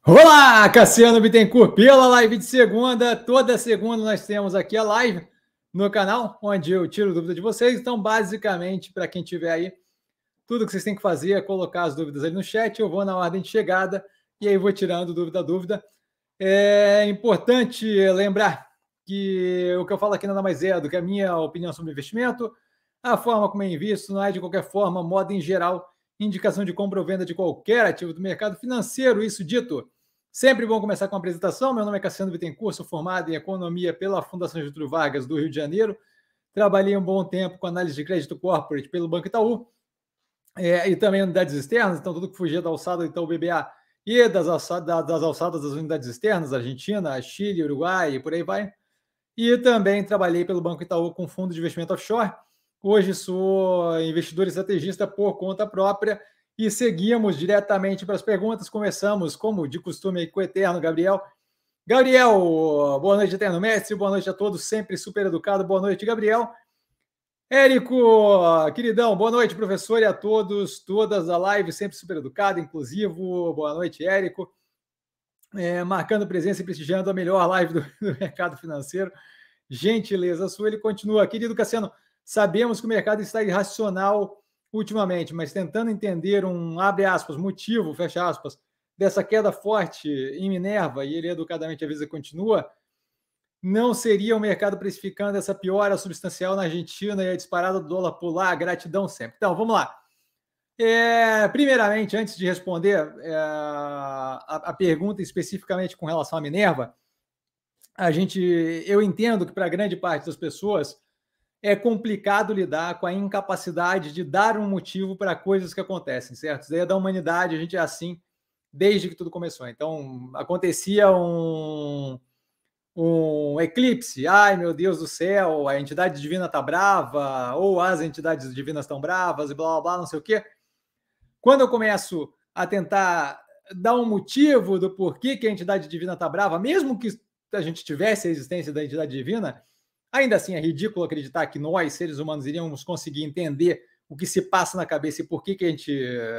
Olá, Cassiano Bittencourt, pela live de segunda. Toda segunda nós temos aqui a live no canal, onde eu tiro dúvida de vocês. Então, basicamente, para quem tiver aí, tudo que vocês têm que fazer é colocar as dúvidas aí no chat. Eu vou na ordem de chegada e aí vou tirando dúvida a dúvida. É importante lembrar que o que eu falo aqui nada mais é do que a minha opinião sobre investimento, a forma como eu invisto, não é de qualquer forma, moda em geral, indicação de compra ou venda de qualquer ativo do mercado financeiro. Isso dito, sempre bom começar com a apresentação. Meu nome é Cassiano Bittencourt, sou formado em Economia pela Fundação Getúlio Vargas do Rio de Janeiro. Trabalhei um bom tempo com análise de crédito corporate pelo Banco Itaú, e também unidades externas, então tudo que fugia da alçada do Itaú BBA e das alçadas das unidades externas, Argentina, Chile, Uruguai e por aí vai. E também trabalhei pelo Banco Itaú com fundo de investimento offshore. Hoje sou investidor e estrategista por conta própria e seguimos diretamente para as perguntas. Começamos, como de costume, com o eterno Gabriel. Gabriel, boa noite, eterno mestre. Boa noite a todos, sempre super educado. Boa noite, Gabriel. Érico, queridão, boa noite, professor, e a todos, todas da live, sempre super educado, inclusivo. Boa noite, Érico. Marcando presença e prestigiando a melhor live do mercado financeiro. Gentileza sua. Ele continua. Querido Cassiano, sabemos que o mercado está irracional ultimamente, mas tentando entender abre aspas, motivo, fecha aspas, dessa queda forte em Minerva, e ele educadamente avisa continua, não seria o mercado precificando essa piora substancial na Argentina e a disparada do dólar pular? Gratidão sempre. Então, vamos lá. Primeiramente, antes de responder a pergunta especificamente com relação à Minerva, eu entendo que para grande parte das pessoas é complicado lidar com a incapacidade de dar um motivo para coisas que acontecem, certo? Isso daí é da humanidade, a gente é assim desde que tudo começou. Então, acontecia um eclipse, ai meu Deus do céu, a entidade divina está brava, ou as entidades divinas estão bravas, e blá blá blá, não sei o quê. Quando eu começo a tentar dar um motivo do porquê que a entidade divina está brava, mesmo que a gente tivesse a existência da entidade divina, ainda assim é ridículo acreditar que nós, seres humanos, iríamos conseguir entender o que se passa na cabeça e por que a gente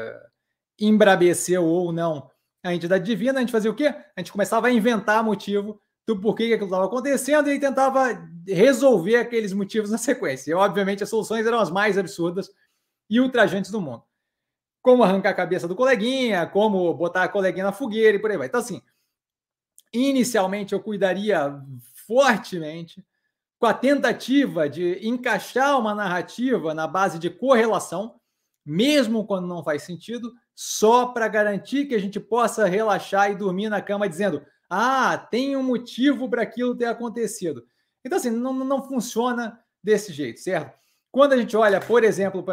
embrabeceu ou não a entidade divina. A gente fazia o quê? A gente começava a inventar motivo do porquê que aquilo estava acontecendo e tentava resolver aqueles motivos na sequência. E, obviamente, as soluções eram as mais absurdas e ultrajantes do mundo. Como arrancar a cabeça do coleguinha, como botar a coleguinha na fogueira e por aí vai. Então, assim, inicialmente eu cuidaria fortemente com a tentativa de encaixar uma narrativa na base de correlação, mesmo quando não faz sentido, só para garantir que a gente possa relaxar e dormir na cama dizendo: ah, tem um motivo para aquilo ter acontecido. Então, assim, não funciona desse jeito, certo? Quando a gente olha, por exemplo,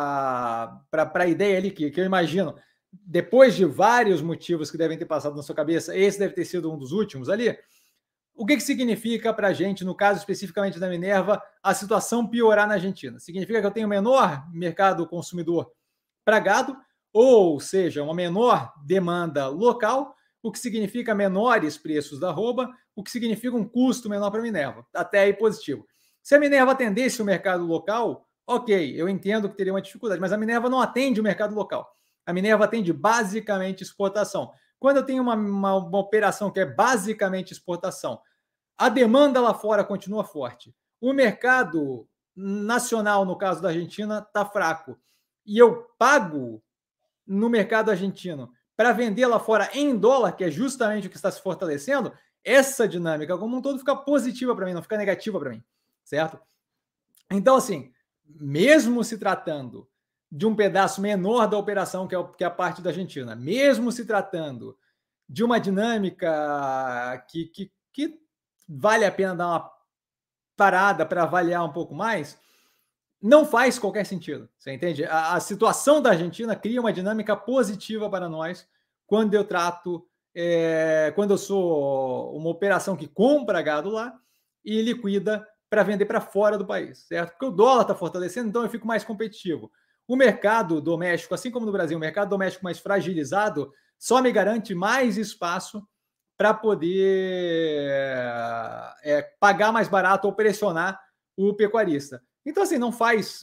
para a ideia ali, que eu imagino, depois de vários motivos que devem ter passado na sua cabeça, esse deve ter sido um dos últimos ali. O que significa para a gente, no caso especificamente da Minerva, a situação piorar na Argentina? Significa que eu tenho menor mercado consumidor para gado, ou seja, uma menor demanda local, o que significa menores preços da arroba, o que significa um custo menor para a Minerva. Até aí positivo. Se a Minerva atendesse o mercado local, ok, eu entendo que teria uma dificuldade, mas a Minerva não atende o mercado local. A Minerva atende basicamente exportação. Quando eu tenho uma operação que é basicamente exportação, a demanda lá fora continua forte. O mercado nacional, no caso da Argentina, está fraco. E eu pago no mercado argentino para vender lá fora em dólar, que é justamente o que está se fortalecendo, essa dinâmica como um todo fica positiva para mim, não fica negativa para mim, certo? Então, assim, mesmo se tratando de um pedaço menor da operação, que é a parte da Argentina, mesmo se tratando de uma dinâmica que vale a pena dar uma parada para avaliar um pouco mais, não faz qualquer sentido, você entende? A situação da Argentina cria uma dinâmica positiva para nós quando eu trato, quando eu sou uma operação que compra gado lá e liquida para vender para fora do país, certo? Porque o dólar está fortalecendo, então eu fico mais competitivo. O mercado doméstico, assim como no Brasil, o mercado doméstico mais fragilizado, só me garante mais espaço para poder pagar mais barato ou pressionar o pecuarista. Então, assim, não faz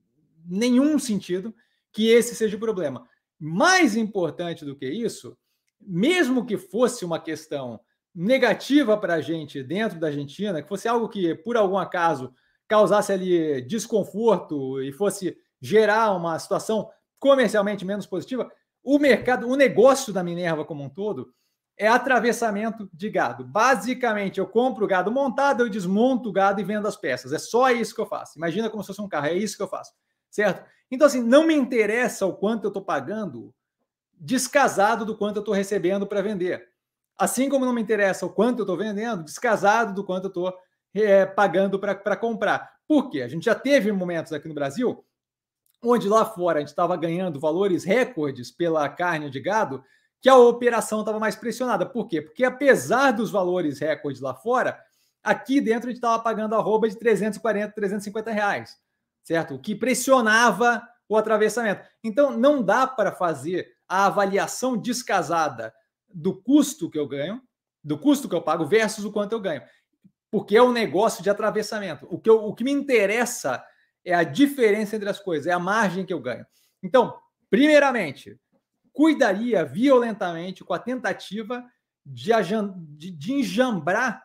nenhum sentido que esse seja o problema. Mais importante do que isso mesmo que fosse uma questão negativa para a gente dentro da Argentina, que fosse algo que, por algum acaso, causasse ali desconforto e fosse gerar uma situação comercialmente menos positiva, o mercado, o negócio da Minerva como um todo é atravessamento de gado. Basicamente, eu compro o gado montado, eu desmonto o gado e vendo as peças. É só isso que eu faço. Imagina como se fosse um carro, é isso que eu faço, certo? Então, assim, não me interessa o quanto eu estou pagando descasado do quanto eu estou recebendo para vender. Assim como não me interessa o quanto eu estou vendendo, descasado do quanto eu estou pagando para comprar. Por quê? A gente já teve momentos aqui no Brasil onde lá fora a gente estava ganhando valores recordes pela carne de gado, que a operação estava mais pressionada. Por quê? Porque apesar dos valores recordes lá fora, aqui dentro a gente estava pagando arroba de 340, 350 reais, certo? O que pressionava o atravessamento. Então, não dá para fazer a avaliação descasada do custo que eu ganho, do custo que eu pago versus o quanto eu ganho. Porque é um negócio de atravessamento. O que me interessa é a diferença entre as coisas, é a margem que eu ganho. Então, primeiramente, cuidaria violentamente com a tentativa de enjambrar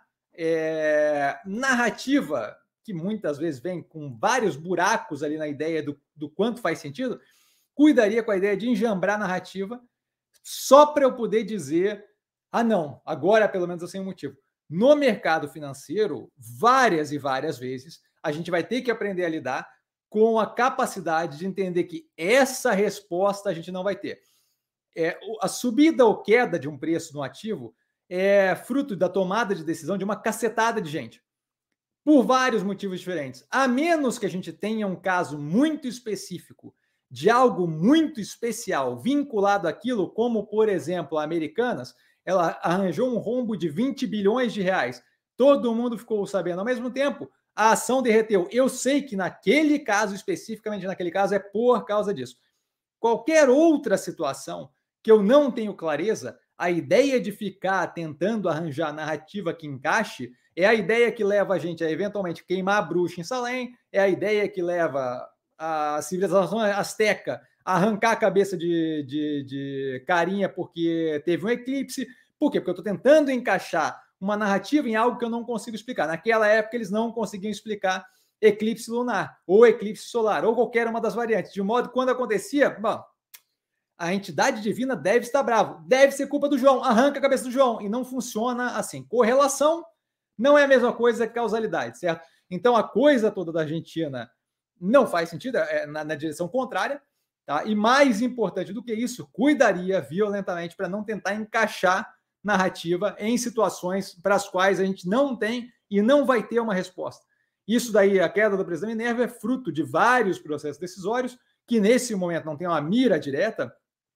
narrativa, que muitas vezes vem com vários buracos ali na ideia do quanto faz sentido, cuidaria com a ideia de enjambrar narrativa só para eu poder dizer, não, agora pelo menos eu sei um motivo. No mercado financeiro, várias e várias vezes, a gente vai ter que aprender a lidar com a capacidade de entender que essa resposta a gente não vai ter. A subida ou queda de um preço no ativo é fruto da tomada de decisão de uma cacetada de gente, por vários motivos diferentes. A menos que a gente tenha um caso muito específico de algo muito especial vinculado àquilo, como, por exemplo, a Americanas, ela arranjou um rombo de 20 bilhões de reais. Todo mundo ficou sabendo ao mesmo tempo, a ação derreteu. Eu sei que naquele caso, especificamente naquele caso, é por causa disso. Qualquer outra situação que eu não tenho clareza, a ideia de ficar tentando arranjar narrativa que encaixe é a ideia que leva a gente a eventualmente queimar a bruxa em Salem, é a ideia que leva a civilização asteca a arrancar a cabeça de carinha porque teve um eclipse. Por quê? Porque eu estou tentando encaixar uma narrativa em algo que eu não consigo explicar. Naquela época, eles não conseguiam explicar eclipse lunar, ou eclipse solar, ou qualquer uma das variantes. De modo que, quando acontecia, bom, a entidade divina deve estar bravo, deve ser culpa do João, arranca a cabeça do João. E não funciona assim. Correlação não é a mesma coisa que causalidade, certo? Então, a coisa toda da Argentina não faz sentido, na direção contrária. Tá? E mais importante do que isso, cuidaria violentamente para não tentar encaixar narrativa em situações para as quais a gente não tem e não vai ter uma resposta. Isso daí, a queda do preço da Minerva é fruto de vários processos decisórios que nesse momento não tem uma mira direta,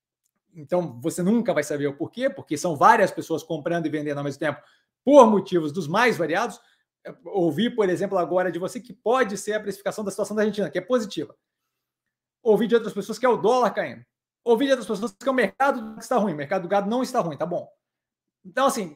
então você nunca vai saber o porquê, porque são várias pessoas comprando e vendendo ao mesmo tempo por motivos dos mais variados. Ouvi, por exemplo, agora de você que pode ser a precificação da situação da Argentina, que é positiva. Ouvi de outras pessoas que é o dólar caindo. Ouvi de outras pessoas que é o mercado que está ruim. O mercado do gado não está ruim, tá bom. Então, assim,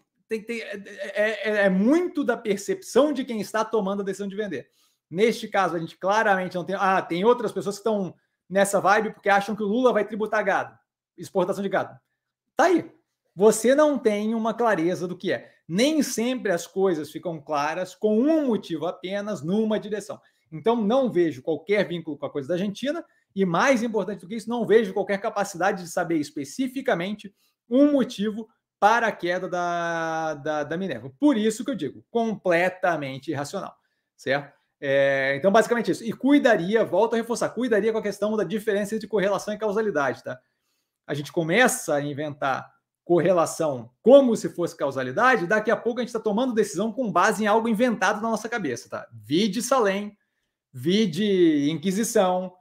é muito da percepção de quem está tomando a decisão de vender. Neste caso, a gente claramente não tem... tem outras pessoas que estão nessa vibe porque acham que o Lula vai tributar gado, exportação de gado. Tá aí. Você não tem uma clareza do que é. Nem sempre as coisas ficam claras com um motivo apenas, numa direção. Então, não vejo qualquer vínculo com a coisa da Argentina e, mais importante do que isso, não vejo qualquer capacidade de saber especificamente um motivo para a queda da Minerva. Por isso que eu digo, completamente irracional, certo? Então, basicamente isso. E cuidaria, volto a reforçar, cuidaria com a questão da diferença entre correlação e causalidade, tá? A gente começa a inventar correlação como se fosse causalidade, daqui a pouco a gente está tomando decisão com base em algo inventado na nossa cabeça, tá? Vide Salem, vide Inquisição,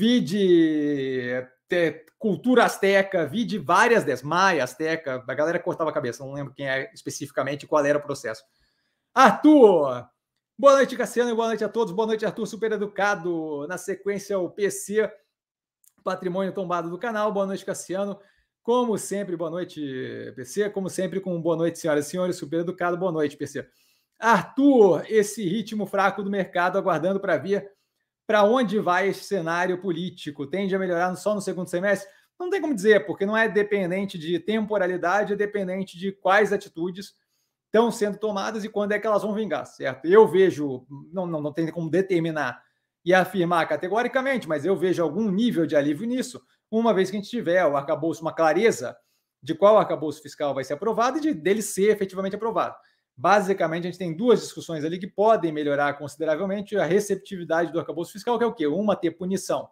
vide cultura asteca, vide várias dessas, Maia, asteca, a galera cortava a cabeça, não lembro quem é especificamente, qual era o processo. Arthur! Boa noite, Cassiano, e boa noite a todos. Boa noite, Arthur, super educado. Na sequência, o PC, patrimônio tombado do canal. Boa noite, Cassiano. Como sempre, boa noite, PC. Como sempre, com boa noite, senhoras e senhores, super educado. Boa noite, PC. Arthur, esse ritmo fraco do mercado aguardando para ver para onde vai esse cenário político. Tende a melhorar só no segundo semestre? Não tem como dizer, porque não é dependente de temporalidade, é dependente de quais atitudes estão sendo tomadas e quando é que elas vão vingar, certo? Eu vejo, não tem como determinar e afirmar categoricamente, mas eu vejo algum nível de alívio nisso, uma vez que a gente tiver o arcabouço, uma clareza de qual arcabouço fiscal vai ser aprovado e dele ser efetivamente aprovado. Basicamente, a gente tem duas discussões ali que podem melhorar consideravelmente a receptividade do arcabouço fiscal, que é o quê? Uma, ter punição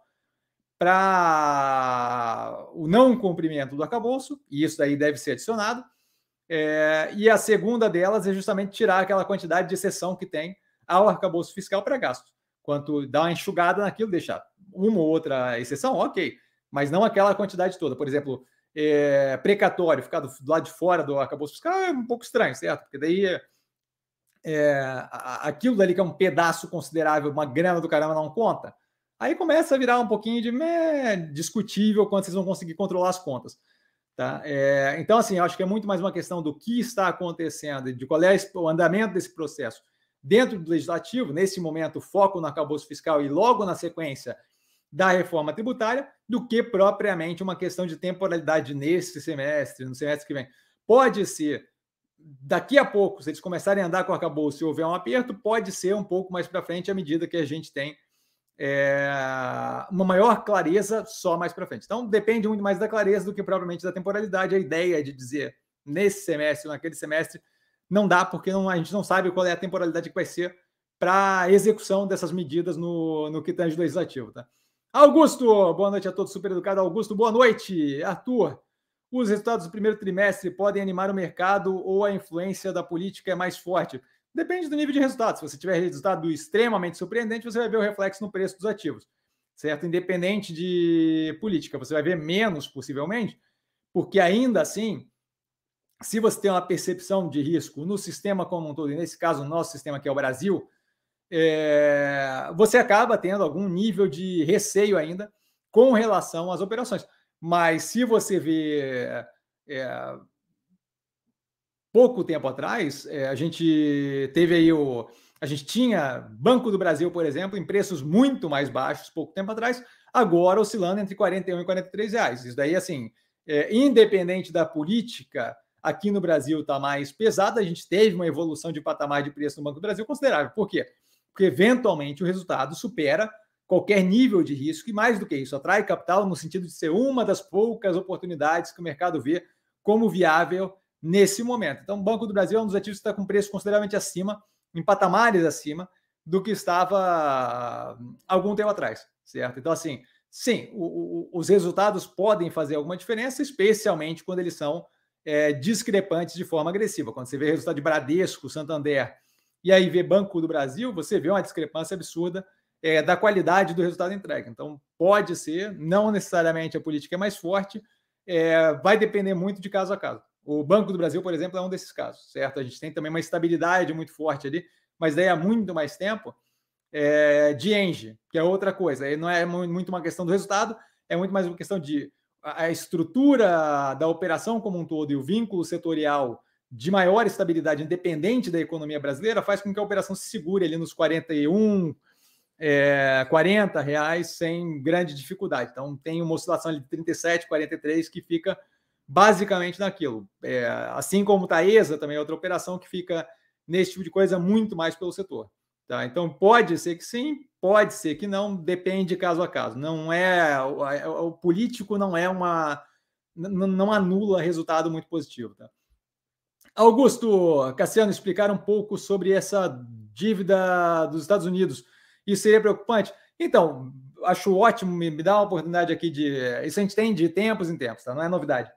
para o não cumprimento do arcabouço, e isso daí deve ser adicionado, e a segunda delas é justamente tirar aquela quantidade de exceção que tem ao arcabouço fiscal para gasto. Quanto dar uma enxugada naquilo, deixar uma ou outra exceção, ok, mas não aquela quantidade toda. Por exemplo, precatório, ficar do lado de fora do arcabouço fiscal é um pouco estranho, certo? Porque daí aquilo dali que é um pedaço considerável, uma grana do caramba não conta, aí começa a virar um pouquinho de discutível quando vocês vão conseguir controlar as contas. Tá? Então, assim, eu acho que é muito mais uma questão do que está acontecendo, de qual é o andamento desse processo dentro do legislativo, nesse momento, foco no arcabouço fiscal e logo na sequência da reforma tributária, do que propriamente uma questão de temporalidade nesse semestre, no semestre que vem. Pode ser, daqui a pouco, se eles começarem a andar com o arcabouço e houver um aperto, pode ser um pouco mais para frente à medida que a gente tem uma maior clareza só mais para frente. Então, depende muito mais da clareza do que propriamente da temporalidade. A ideia de dizer nesse semestre, naquele semestre, não dá, porque a gente não sabe qual é a temporalidade que vai ser para a execução dessas medidas no que tange legislativo. Tá? Augusto, boa noite a todos, super educado. Augusto, boa noite. Arthur, os resultados do primeiro trimestre podem animar o mercado ou a influência da política é mais forte? Depende do nível de resultado. Se você tiver resultado extremamente surpreendente, você vai ver o reflexo no preço dos ativos, certo? Independente de política, você vai ver menos, possivelmente, porque ainda assim, se você tem uma percepção de risco no sistema como um todo, e nesse caso, o nosso sistema que é o Brasil, você acaba tendo algum nível de receio ainda com relação às operações. Mas se você vê pouco tempo atrás, a gente teve aí a gente tinha Banco do Brasil, por exemplo, em preços muito mais baixos, pouco tempo atrás, agora oscilando entre R$41 e R$43. Isso daí, assim, independente da política, aqui no Brasil está mais pesado, a gente teve uma evolução de patamar de preço no Banco do Brasil considerável. Por quê? Porque, eventualmente, o resultado supera qualquer nível de risco e, mais do que isso, atrai capital no sentido de ser uma das poucas oportunidades que o mercado vê como viável nesse momento. Então, o Banco do Brasil é um dos ativos que está com preço consideravelmente acima, em patamares acima do que estava algum tempo atrás, certo? Então, assim, sim, os resultados podem fazer alguma diferença, especialmente quando eles são discrepantes de forma agressiva. Quando você vê resultado de Bradesco, Santander, e aí vê Banco do Brasil, você vê uma discrepância absurda da qualidade do resultado entregue. Então, pode ser, não necessariamente a política é mais forte, vai depender muito de caso a caso. O Banco do Brasil, por exemplo, é um desses casos, certo? A gente tem também uma estabilidade muito forte ali, mas daí há muito mais tempo de Engie, que é outra coisa. Aí não é muito uma questão do resultado, é muito mais uma questão de a estrutura da operação como um todo e o vínculo setorial de maior estabilidade, independente da economia brasileira, faz com que a operação se segure ali nos 41, R$40 sem grande dificuldade. Então, tem uma oscilação ali de 37, 43 que fica basicamente naquilo. Assim como o Taesa, também é outra operação que fica nesse tipo de coisa muito mais pelo setor. Tá? Então, pode ser que sim, pode ser que não, depende caso a caso. Não o político não não anula resultado muito positivo. Tá? Augusto, Cassiano, explicar um pouco sobre essa dívida dos Estados Unidos. Isso seria preocupante? Então, acho ótimo, me dá uma oportunidade aqui isso a gente tem de tempos em tempos, tá? Não é novidade.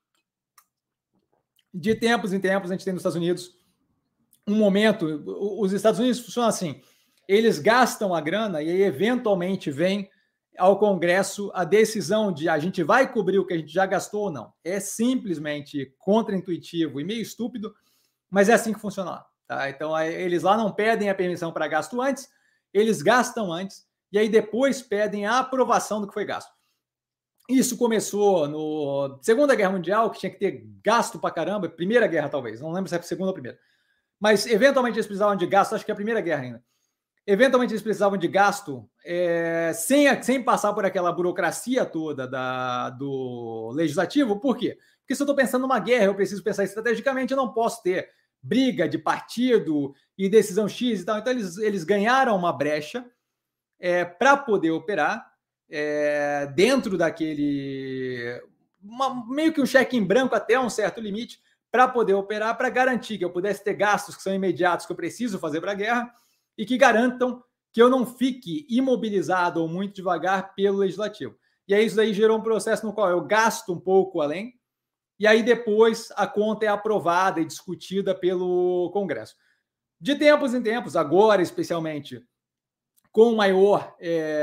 De tempos em tempos, a gente tem nos Estados Unidos um momento. Os Estados Unidos funcionam assim: eles gastam a grana e aí, eventualmente, vem ao Congresso a decisão de a gente vai cobrir o que a gente já gastou ou não. É simplesmente contraintuitivo e meio estúpido, mas é assim que funciona lá. Tá? Então, eles lá não pedem a permissão para gasto antes, eles gastam antes e aí depois pedem a aprovação do que foi gasto. Isso começou no Segunda Guerra Mundial, que tinha que ter gasto para caramba, Primeira Guerra talvez, não lembro se é a segunda ou a primeira. Mas, eventualmente, eles precisavam de gasto, acho que é a Primeira Guerra ainda. Eventualmente, eles precisavam de gasto sem passar por aquela burocracia toda do legislativo. Por quê? Porque se eu estou pensando numa guerra, eu preciso pensar estrategicamente, eu não posso ter briga de partido e decisão X e tal. Então, eles ganharam uma brecha para poder operar dentro daquele... meio que um cheque em branco até um certo limite, para poder operar, para garantir que eu pudesse ter gastos que são imediatos, que eu preciso fazer para a guerra, e que garantam que eu não fique imobilizado ou muito devagar pelo legislativo. E aí isso daí gerou um processo no qual eu gasto um pouco além, e aí depois a conta é aprovada e discutida pelo Congresso. De tempos em tempos, agora especialmente, com maior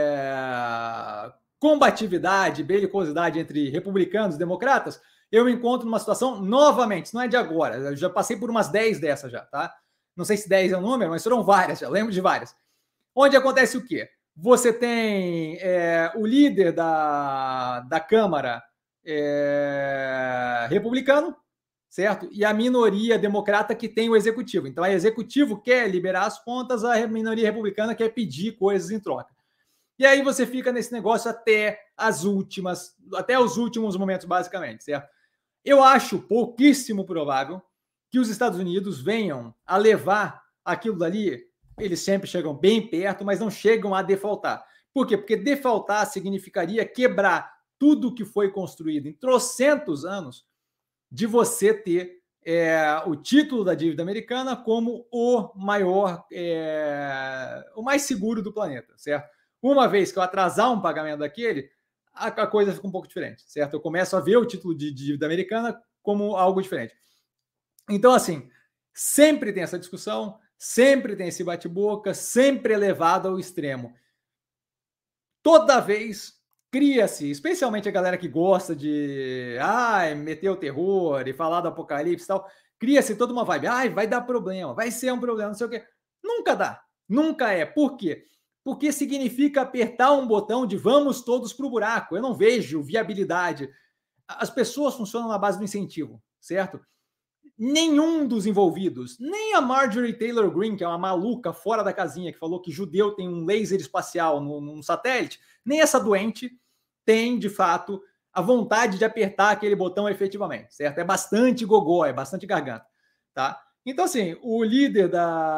combatividade, belicosidade entre republicanos e democratas, eu me encontro numa situação, novamente, isso não é de agora, eu já passei por umas 10 dessas já, tá? Não sei se 10 é o número, mas foram várias, já lembro de várias. Onde acontece o quê? Você tem o líder da Câmara republicano, certo? E a minoria democrata que tem o executivo. Então, a executivo quer liberar as contas, a minoria republicana quer pedir coisas em troca. E aí você fica nesse negócio até os últimos momentos, basicamente, certo? Eu acho pouquíssimo provável que os Estados Unidos venham a levar aquilo dali. Eles sempre chegam bem perto, mas não chegam a defaultar. Por quê? Porque defaultar significaria quebrar tudo que foi construído em trocentos anos de você ter o título da dívida americana como o maior, o mais seguro do planeta, certo? Uma vez que eu atrasar um pagamento daquele, a coisa fica um pouco diferente, certo? Eu começo a ver o título de dívida americana como algo diferente. Então, assim, sempre tem essa discussão, sempre tem esse bate-boca, sempre elevado ao extremo. Toda vez cria-se, especialmente a galera que gosta de meter o terror e falar do apocalipse e tal, cria-se toda uma vibe, vai dar problema, vai ser um problema, não sei o quê. Nunca dá, nunca é. Por quê? Porque significa apertar um botão de vamos todos para o buraco. Eu não vejo viabilidade. As pessoas funcionam na base do incentivo, certo? Nenhum dos envolvidos, nem a Marjorie Taylor Greene, que é uma maluca fora da casinha, que falou que judeu tem um laser espacial num satélite, nem essa doente tem, de fato, a vontade de apertar aquele botão efetivamente, certo? É bastante gogó, é bastante garganta, tá? Então, assim, o líder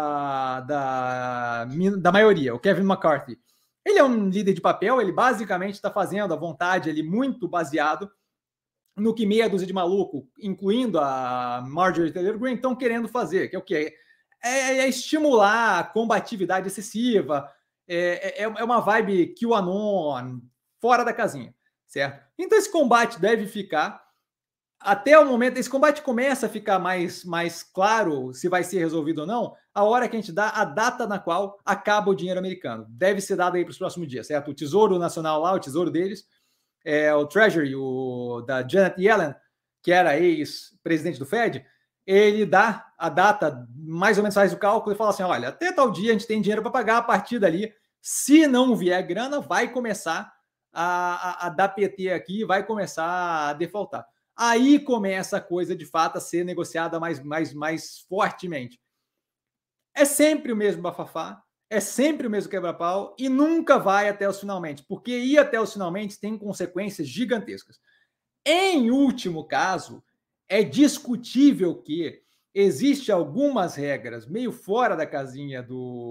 da maioria, o Kevin McCarthy, ele é um líder de papel, ele basicamente está fazendo a vontade ali muito baseado no que meia dúzia de maluco, incluindo a Marjorie Taylor Greene, estão querendo fazer, que é o quê? É estimular a combatividade excessiva, é uma vibe QAnon, fora da casinha, certo? Então esse combate deve ficar, até o momento, esse combate começa a ficar mais claro se vai ser resolvido ou não, a hora que a gente dá a data na qual acaba o dinheiro americano. Deve ser dado aí para os próximos dias, certo? O Tesouro Nacional lá, o Tesouro deles, o Treasury, da Janet Yellen, que era ex-presidente do Fed, ele dá a data, mais ou menos faz o cálculo e fala assim, olha, até tal dia a gente tem dinheiro para pagar, a partir dali, se não vier grana, vai começar a dar PT aqui, vai começar a defaultar. Aí começa a coisa, de fato, a ser negociada mais fortemente. É sempre o mesmo bafafá, é sempre o mesmo quebra-pau e nunca vai até os finalmente, porque ir até os finalmente tem consequências gigantescas. Em último caso, é discutível que existe algumas regras meio fora da casinha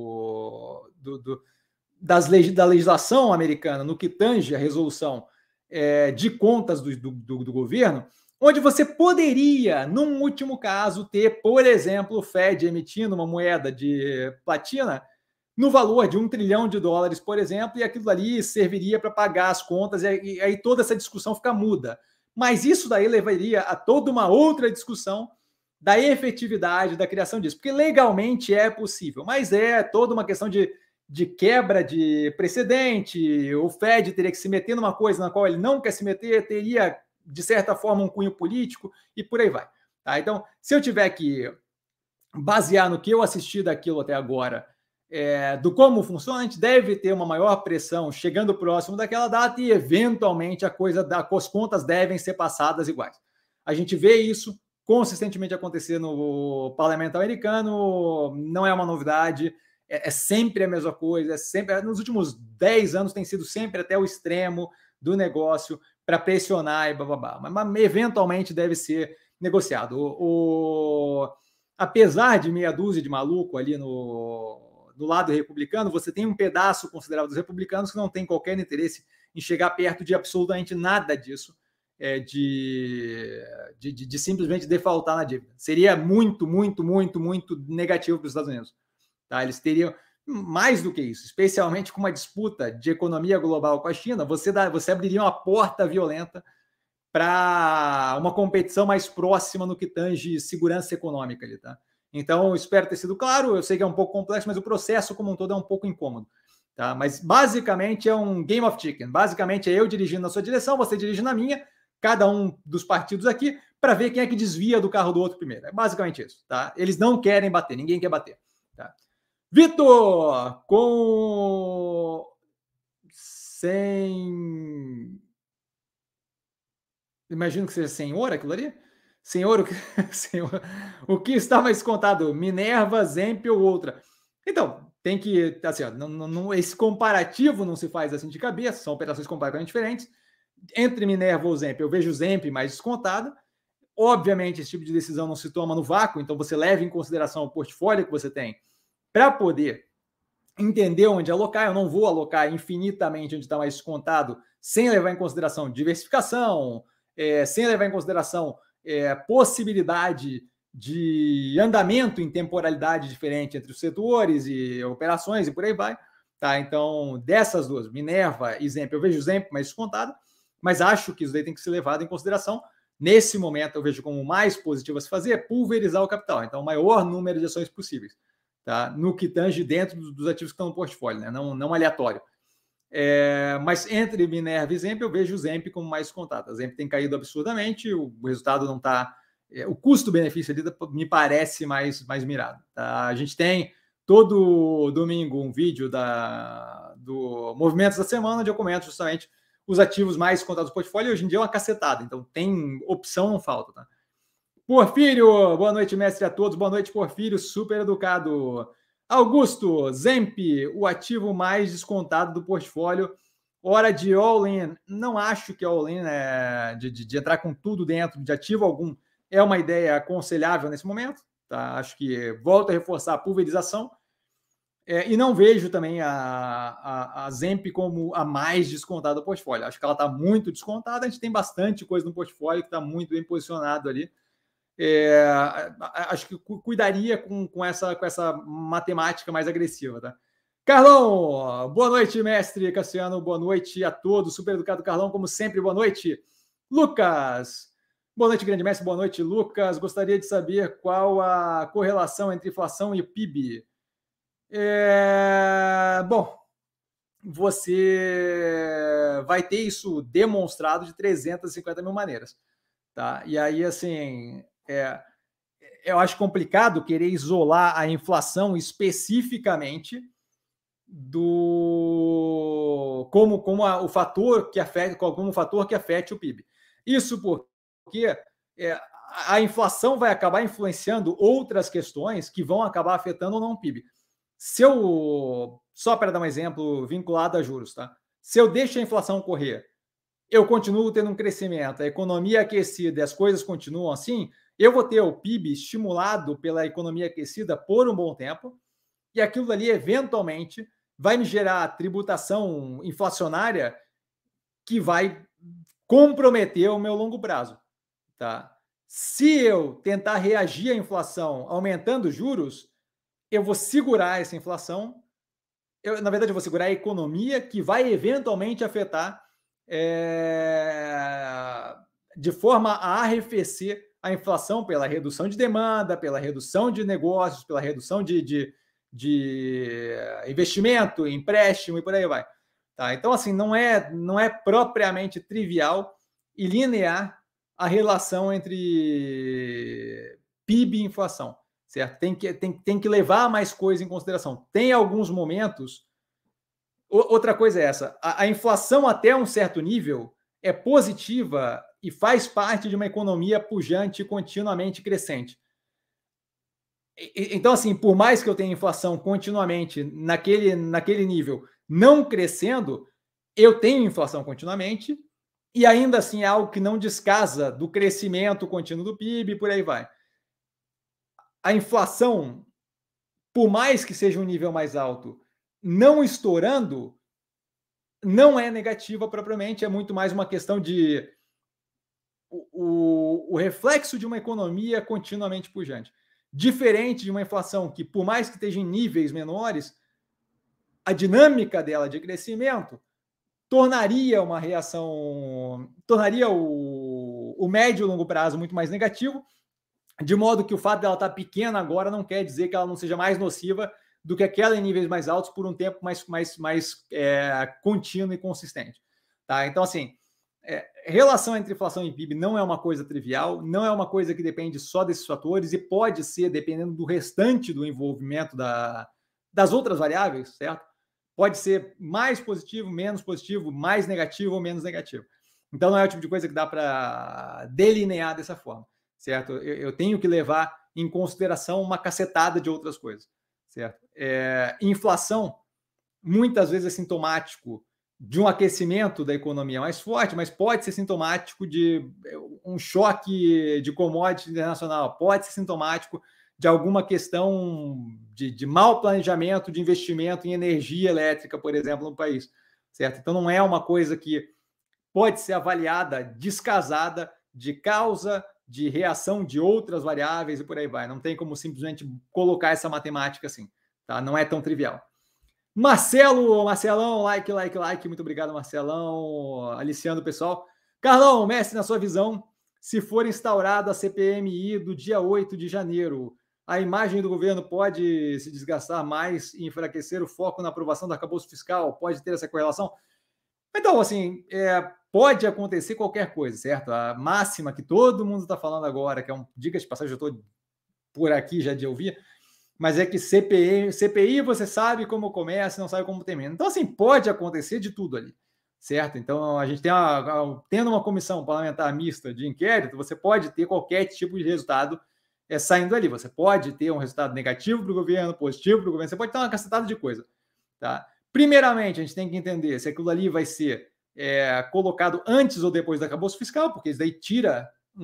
da legislação americana no que tange a resolução de contas do governo, onde você poderia, num último caso, ter, por exemplo, o Fed emitindo uma moeda de platina no valor de $1 trilhão, por exemplo, e aquilo ali serviria para pagar as contas, e aí toda essa discussão fica muda. Mas isso daí levaria a toda uma outra discussão da efetividade da criação disso, porque legalmente é possível, mas é toda uma questão de quebra de precedente, o Fed teria que se meter numa coisa na qual ele não quer se meter, teria, de certa forma, um cunho político, e por aí vai. Tá? Então, se eu tiver que basear no que eu assisti daquilo até agora, do como funciona, a gente deve ter uma maior pressão chegando próximo daquela data e, eventualmente, as contas devem ser passadas iguais. A gente vê isso consistentemente acontecer no parlamento americano, não é uma novidade, é sempre a mesma coisa, nos últimos 10 anos tem sido sempre até o extremo do negócio para pressionar e bababá, mas eventualmente deve ser negociado. Apesar de meia dúzia de maluco ali no lado republicano, você tem um pedaço considerável dos republicanos que não tem qualquer interesse em chegar perto de absolutamente nada disso, de simplesmente defaultar na dívida. Seria muito, muito, muito, muito negativo para os Estados Unidos. Tá? Eles teriam mais do que isso, especialmente com uma disputa de economia global com a China, você abriria uma porta violenta para uma competição mais próxima no que tange segurança econômica ali, tá? Então, espero ter sido claro, eu sei que é um pouco complexo, mas o processo como um todo é um pouco incômodo, tá? Mas basicamente é um game of chicken, basicamente é eu dirigindo na sua direção, você dirige na minha, cada um dos partidos aqui, para ver quem é que desvia do carro do outro primeiro, é basicamente isso, tá? Eles não querem bater, ninguém quer bater, tá? Vitor, imagino que seja senhor aquilo ali? Senhor, o que está mais contado? Minerva, Zemp ou outra? Então, tem que, assim, ó, esse comparativo não se faz assim de cabeça, são operações completamente diferentes. Entre Minerva ou Zemp, eu vejo o Zemp mais descontado. Obviamente, esse tipo de decisão não se toma no vácuo, então você leva em consideração o portfólio que você tem para poder entender onde alocar. Eu não vou alocar infinitamente onde está mais descontado, sem levar em consideração diversificação, sem levar em consideração possibilidade de andamento em temporalidade diferente entre os setores e operações e por aí vai. Tá? Então, dessas duas, Minerva e Zemp, eu vejo o Zemp mais descontado, mas acho que isso daí tem que ser levado em consideração. Nesse momento, eu vejo como mais positivo a se fazer é pulverizar o capital. Então, o maior número de ações possíveis, tá? No que tange dentro dos ativos que estão no portfólio, né? Não aleatório. Mas entre Minerva e Zemp, eu vejo o Zemp como mais descontado. A Zemp tem caído absurdamente, o resultado não está... o custo-benefício ali me parece mais mirado. Tá? A gente tem todo domingo um vídeo do Movimentos da Semana, onde eu comento justamente os ativos mais descontados do portfólio, e hoje em dia é uma cacetada, então tem opção, não falta. Tá? Porfírio, boa noite, mestre, a todos. Boa noite, Porfírio, super educado. Augusto, Zemp, o ativo mais descontado do portfólio. Hora de all-in. Não acho que all-in de entrar com tudo dentro de ativo algum é uma ideia aconselhável nesse momento. Tá? Acho que volto a reforçar a pulverização. E não vejo também a Zemp como a mais descontada do portfólio. Acho que ela está muito descontada. A gente tem bastante coisa no portfólio que está muito bem posicionado ali. Acho que cuidaria com essa matemática mais agressiva, tá? Carlão, boa noite, mestre Cassiano, boa noite a todos, super educado Carlão, como sempre, boa noite. Lucas, boa noite, grande mestre, boa noite, Lucas, gostaria de saber qual a correlação entre inflação e PIB. Bom, você vai ter isso demonstrado de 350 mil maneiras, tá? E aí, assim... eu acho complicado querer isolar a inflação especificamente como o fator que afete o PIB. Isso porque a inflação vai acabar influenciando outras questões que vão acabar afetando ou não o PIB. Só para dar um exemplo vinculado a juros, tá? Se eu deixo a inflação correr, eu continuo tendo um crescimento, a economia aquecida e as coisas continuam assim, eu vou ter o PIB estimulado pela economia aquecida por um bom tempo, e aquilo ali, eventualmente, vai me gerar tributação inflacionária que vai comprometer o meu longo prazo. Tá? Se eu tentar reagir à inflação aumentando juros, eu vou segurar essa inflação, na verdade, eu vou segurar a economia que vai eventualmente afetar de forma a arrefecer a inflação pela redução de demanda, pela redução de negócios, pela redução de investimento, empréstimo e por aí vai. Tá? Então, assim, não é propriamente trivial e linear a relação entre PIB e inflação, certo? Tem que levar mais coisa em consideração. Tem alguns momentos... Outra coisa é essa, a inflação até um certo nível é positiva e faz parte de uma economia pujante e continuamente crescente. Então, assim, por mais que eu tenha inflação continuamente naquele nível não crescendo, eu tenho inflação continuamente e ainda assim é algo que não descasa do crescimento contínuo do PIB e por aí vai. A inflação, por mais que seja um nível mais alto, não estourando, não é negativa propriamente, é muito mais uma questão de o reflexo de uma economia continuamente pujante. Diferente de uma inflação que, por mais que esteja em níveis menores, a dinâmica dela de crescimento tornaria uma reação, tornaria o médio e longo prazo muito mais negativo, de modo que o fato dela estar pequena agora não quer dizer que ela não seja mais nociva do que aquela em níveis mais altos por um tempo mais contínuo e consistente. Tá? Então, assim, relação entre inflação e PIB não é uma coisa trivial, não é uma coisa que depende só desses fatores e pode ser, dependendo do restante do envolvimento das outras variáveis, certo? Pode ser mais positivo, menos positivo, mais negativo ou menos negativo. Então, não é o tipo de coisa que dá para delinear dessa forma, certo? Eu tenho que levar em consideração uma cacetada de outras coisas, certo? Inflação, muitas vezes, é sintomático de um aquecimento da economia mais forte, mas pode ser sintomático de um choque de commodity internacional, pode ser sintomático de alguma questão de mau planejamento de investimento em energia elétrica, por exemplo, no país, certo? Então, não é uma coisa que pode ser avaliada descasada de causa, de reação de outras variáveis e por aí vai. Não tem como simplesmente colocar essa matemática assim, tá? Não é tão trivial. Marcelão, like. Muito obrigado, Marcelão. Aliciando o pessoal. Carlão, mestre, na sua visão, se for instaurada a CPMI do dia 8 de janeiro, a imagem do governo pode se desgastar mais e enfraquecer o foco na aprovação do arcabouço fiscal? Pode ter essa correlação? Então, assim, pode acontecer qualquer coisa, certo? A máxima que todo mundo está falando agora, que é diga de passagem, eu estou por aqui já de ouvir, mas é que CPI você sabe como começa, não sabe como termina. Então, assim, pode acontecer de tudo ali, certo? Então, a gente tendo uma comissão parlamentar mista de inquérito, você pode ter qualquer tipo de resultado saindo ali. Você pode ter um resultado negativo para o governo, positivo para o governo, você pode ter uma cacetada de coisa, tá? Primeiramente, a gente tem que entender se aquilo ali vai ser colocado antes ou depois do arcabouço fiscal, porque isso daí tira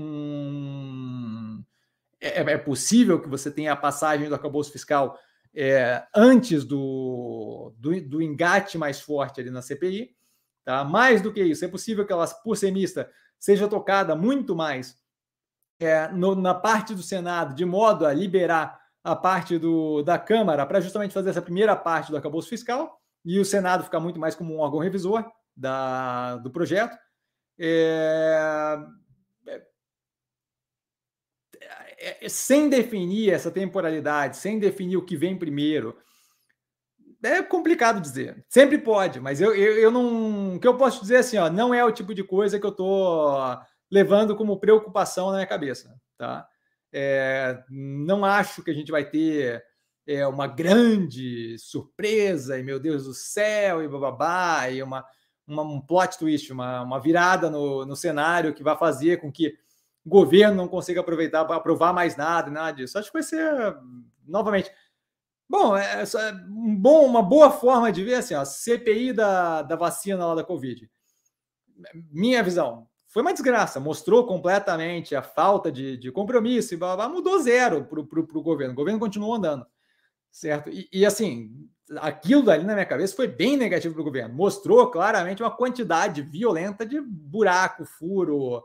é possível que você tenha a passagem do arcabouço fiscal antes do engate mais forte ali na CPI. Tá? Mais do que isso, é possível que ela, por ser mista, seja tocada muito mais na parte do Senado, de modo a liberar a parte da Câmara para justamente fazer essa primeira parte do arcabouço fiscal, e o Senado ficar muito mais como um órgão revisor do projeto. Sem definir essa temporalidade, sem definir o que vem primeiro, é complicado dizer. Sempre pode, mas eu não. O que eu posso dizer assim, ó, não é o tipo de coisa que eu estou levando como preocupação na minha cabeça, tá? Não acho que a gente vai ter uma grande surpresa e meu Deus do céu e bababá e um plot twist, uma virada no cenário que vai fazer com que o governo não consiga aproveitar para aprovar mais nada disso. Acho que vai ser, novamente, bom, uma boa forma de ver assim, a CPI da vacina lá da Covid. Minha visão, foi uma desgraça, mostrou completamente a falta de compromisso e blá, blá, mudou zero para o governo. O governo continuou andando, certo? E assim, aquilo dali na minha cabeça foi bem negativo para o governo. Mostrou claramente uma quantidade violenta de buraco, furo,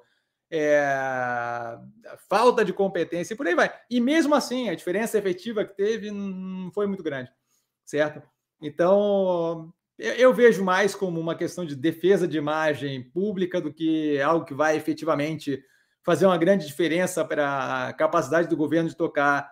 falta de competência e por aí vai. E mesmo assim, a diferença efetiva que teve não foi muito grande, certo? Então, eu vejo mais como uma questão de defesa de imagem pública do que algo que vai efetivamente fazer uma grande diferença para a capacidade do governo de tocar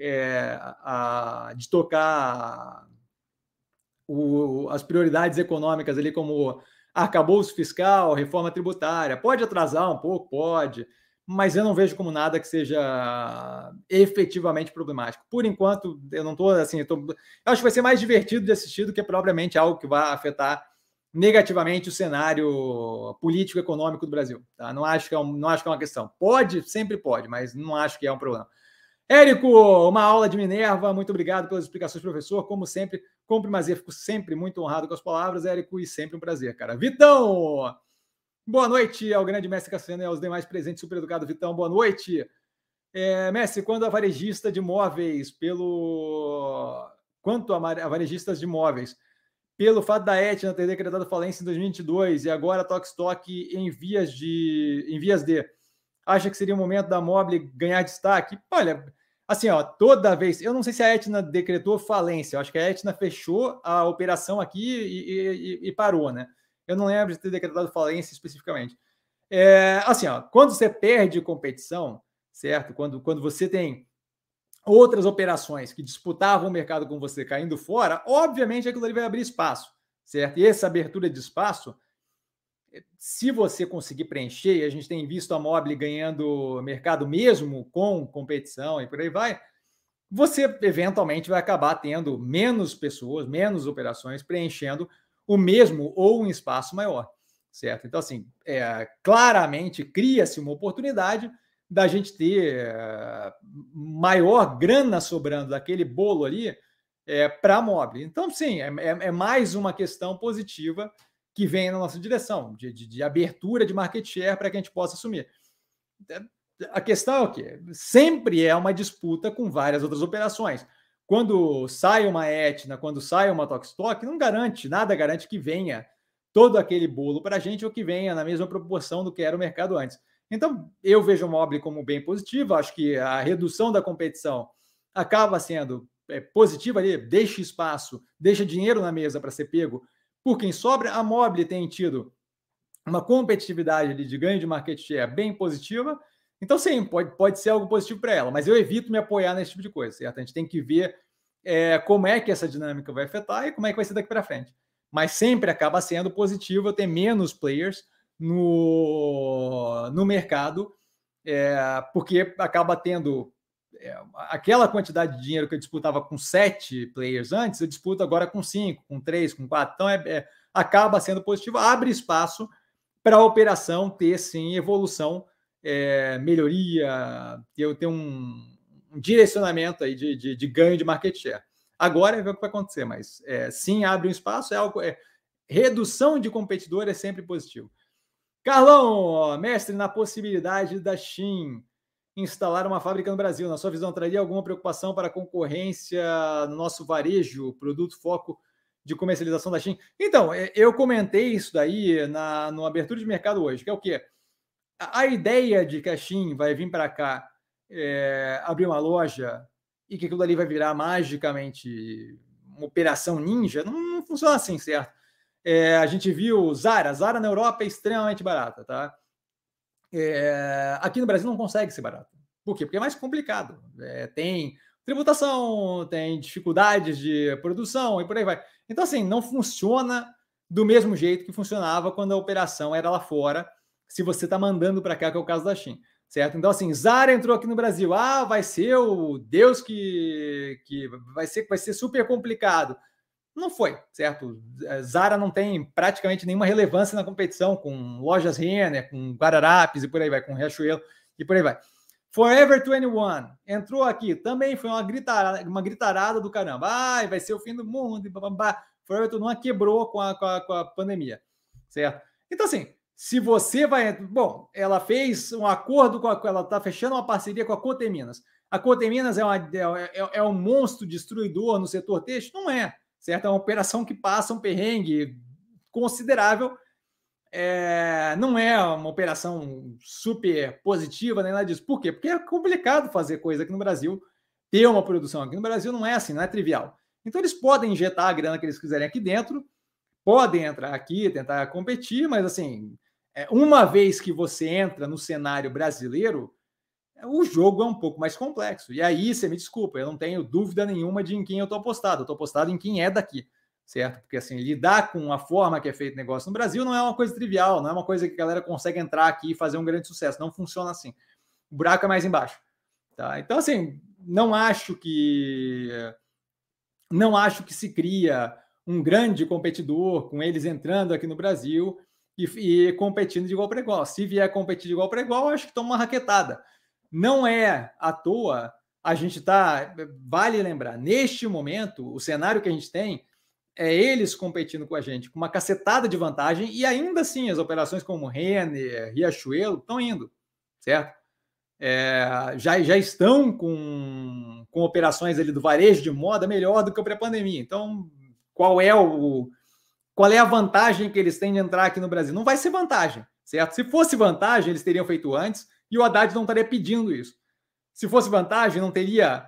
as prioridades econômicas ali, como arcabouço fiscal, reforma tributária. Pode atrasar um pouco, pode, mas eu não vejo como nada que seja efetivamente problemático. Por enquanto, eu não estou assim, eu acho que vai ser mais divertido de assistir do que propriamente algo que vai afetar negativamente o cenário político-econômico do Brasil. Tá? Não acho que é uma questão. Pode, sempre pode, mas não acho que é um problema. Érico, uma aula de Minerva, muito obrigado pelas explicações, professor. Como sempre, compre mais, fico sempre muito honrado com as palavras, Érico, e sempre um prazer, cara. Vitão, boa noite ao grande mestre Cassiano e aos demais presentes, super educado. Vitão, boa noite. Mestre, quando a varejista de imóveis, quanto a varejistas de imóveis, pelo fato da Etna ter decretado falência em 2022 e agora a Tokstok em vias de, acha que seria o momento da Mobile ganhar destaque? Olha, assim, ó, toda vez, eu não sei se a Etna decretou falência, eu acho que a Etna fechou a operação aqui e parou, né? Eu não lembro de ter decretado falência especificamente. Assim, ó, quando você perde competição, certo? Quando você tem outras operações que disputavam o mercado com você caindo fora, obviamente aquilo ali vai abrir espaço, certo? E essa abertura de espaço, se você conseguir preencher, e a gente tem visto a Mobile ganhando mercado mesmo com competição e por aí vai, você eventualmente vai acabar tendo menos pessoas, menos operações preenchendo o mesmo ou um espaço maior, certo? Então, assim, claramente cria-se uma oportunidade da gente ter maior grana sobrando daquele bolo ali para a Mobile. Então, sim, é mais uma questão positiva que vem na nossa direção, de abertura de market share para que a gente possa assumir. A questão é o quê? Sempre é uma disputa com várias outras operações. Quando sai uma Etna, quando sai uma Tokstok, nada garante que venha todo aquele bolo para a gente ou que venha na mesma proporção do que era o mercado antes. Então, eu vejo a Mobile como bem positiva, acho que a redução da competição acaba sendo positiva ali, deixa espaço, deixa dinheiro na mesa para ser pego por quem sobra. A Mobile tem tido uma competitividade ali de ganho de market share bem positiva, então sim, pode ser algo positivo para ela, mas eu evito me apoiar nesse tipo de coisa, certo? A gente tem que ver como é que essa dinâmica vai afetar e como é que vai ser daqui para frente. Mas sempre acaba sendo positivo eu ter menos players no mercado, porque acaba tendo aquela quantidade de dinheiro que eu disputava com 7 players antes, eu disputo agora com 5, com 3, com 4. Então, acaba sendo positivo, abre espaço para a operação ter, sim, evolução, melhoria, eu ter um direcionamento aí de ganho de market share. Agora é ver o que vai acontecer, mas sim, abre um espaço, redução de competidor é sempre positivo. Carlão, mestre, na possibilidade da Shein instalar uma fábrica no Brasil, na sua visão, traria alguma preocupação para a concorrência no nosso varejo, produto foco de comercialização da Shein? Então, eu comentei isso daí no abertura de mercado hoje, que é o quê? A ideia de que a Shein vai vir para cá abrir uma loja e que aquilo ali vai virar magicamente uma operação ninja, não funciona assim, certo? A gente viu Zara na Europa é extremamente barata, tá? Aqui no Brasil não consegue ser barato. Por quê? Porque é mais complicado. Tem tributação, tem dificuldades de produção e por aí vai. Então, assim, não funciona do mesmo jeito que funcionava quando a operação era lá fora, se você está mandando para cá, que é o caso da Shein, certo? Então, assim, Zara entrou aqui no Brasil. Vai ser o Deus que vai ser super complicado. Não foi, certo? Zara não tem praticamente nenhuma relevância na competição com lojas Renner, com Guararapes e por aí vai, com Riachuelo e por aí vai. Forever 21 entrou aqui, também foi uma gritarada do caramba. Vai ser o fim do mundo. Forever 21 quebrou com a pandemia, certo? Então, assim, se você vai... Bom, ela fez um acordo ela está fechando uma parceria com a Coteminas. A Coteminas é um monstro destruidor no setor têxtil? Não é. Certo? É uma operação que passa um perrengue considerável. Não é uma operação super positiva, nem nada disso. Por quê? Porque é complicado fazer coisa aqui no Brasil, ter uma produção aqui no Brasil não é assim, não é trivial. Então eles podem injetar a grana que eles quiserem aqui dentro, podem entrar aqui, tentar competir, mas assim, uma vez que você entra no cenário brasileiro, o jogo é um pouco mais complexo. E aí, você me desculpa, eu não tenho dúvida nenhuma de em quem eu estou apostado. Eu estou apostado em quem é daqui, certo? Porque, assim, lidar com a forma que é feito negócio no Brasil não é uma coisa trivial, não é uma coisa que a galera consegue entrar aqui e fazer um grande sucesso. Não funciona assim. O buraco é mais embaixo. Tá? Então, assim, não acho que se cria um grande competidor com eles entrando aqui no Brasil e competindo de igual para igual. Se vier competir de igual para igual, acho que toma uma raquetada. Não é à toa a gente está, vale lembrar, neste momento, o cenário que a gente tem é eles competindo com a gente com uma cacetada de vantagem e ainda assim as operações como Renner, Riachuelo estão indo, certo? Já estão com operações ali do varejo de moda melhor do que o pré-pandemia. Então, qual é a vantagem que eles têm de entrar aqui no Brasil? Não vai ser vantagem, certo? Se fosse vantagem, eles teriam feito antes e o Haddad não estaria pedindo isso. Se fosse vantagem, não teria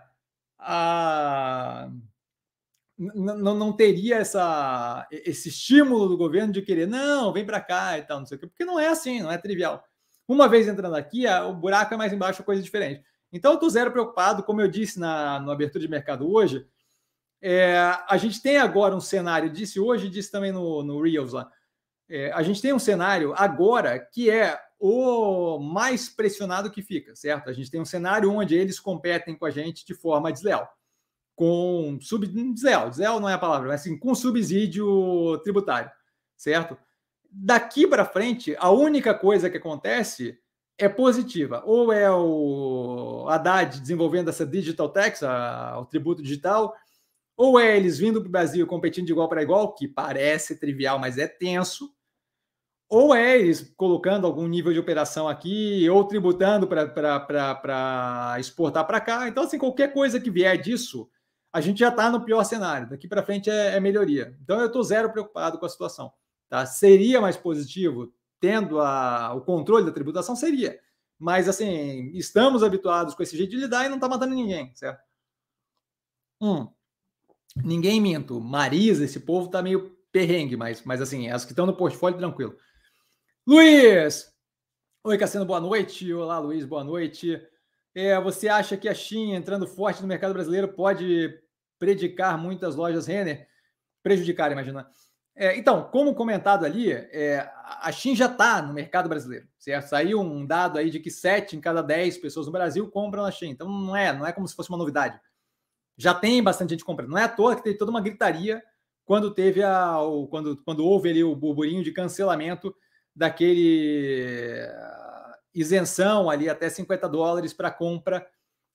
não teria esse estímulo do governo de querer, não, vem para cá e tal, não sei o quê, porque não é assim, não é trivial. Uma vez entrando aqui, o buraco é mais embaixo, coisa diferente. Então, eu estou zero preocupado, como eu disse na abertura de mercado hoje, a gente tem agora um cenário, disse hoje, disse também no Reels lá, a gente tem um cenário agora que é o mais pressionado que fica, certo? A gente tem um cenário onde eles competem com a gente de forma desleal. Desleal não é a palavra, mas assim, com subsídio tributário, certo? Daqui para frente, a única coisa que acontece é positiva. Ou é o Haddad desenvolvendo essa digital tax, o tributo digital, ou é eles vindo para o Brasil competindo de igual para igual, que parece trivial, mas é tenso, ou é eles colocando algum nível de operação aqui, ou tributando para exportar para cá. Então, assim, qualquer coisa que vier disso, a gente já está no pior cenário. Daqui para frente é melhoria. Então, eu estou zero preocupado com a situação. Tá? Seria mais positivo tendo o controle da tributação? Seria. Mas, assim, estamos habituados com esse jeito de lidar e não está matando ninguém, certo? Ninguém minto. Marisa, esse povo está meio perrengue, mas assim, as que estão no portfólio, tranquilo. Luiz! Oi, Cassiano, boa noite. Olá, Luiz, boa noite. Você acha que a Shein entrando forte no mercado brasileiro pode prejudicar muitas lojas Renner? Prejudicar, imagina. Então, como comentado ali, a Shein já está no mercado brasileiro, certo? Saiu um dado aí de que 7 em cada 10 pessoas no Brasil compram na Shein. Então, não é como se fosse uma novidade. Já tem bastante gente comprando. Não é à toa que teve toda uma gritaria quando teve quando houve ali o burburinho de cancelamento daquele isenção ali até $50 para compra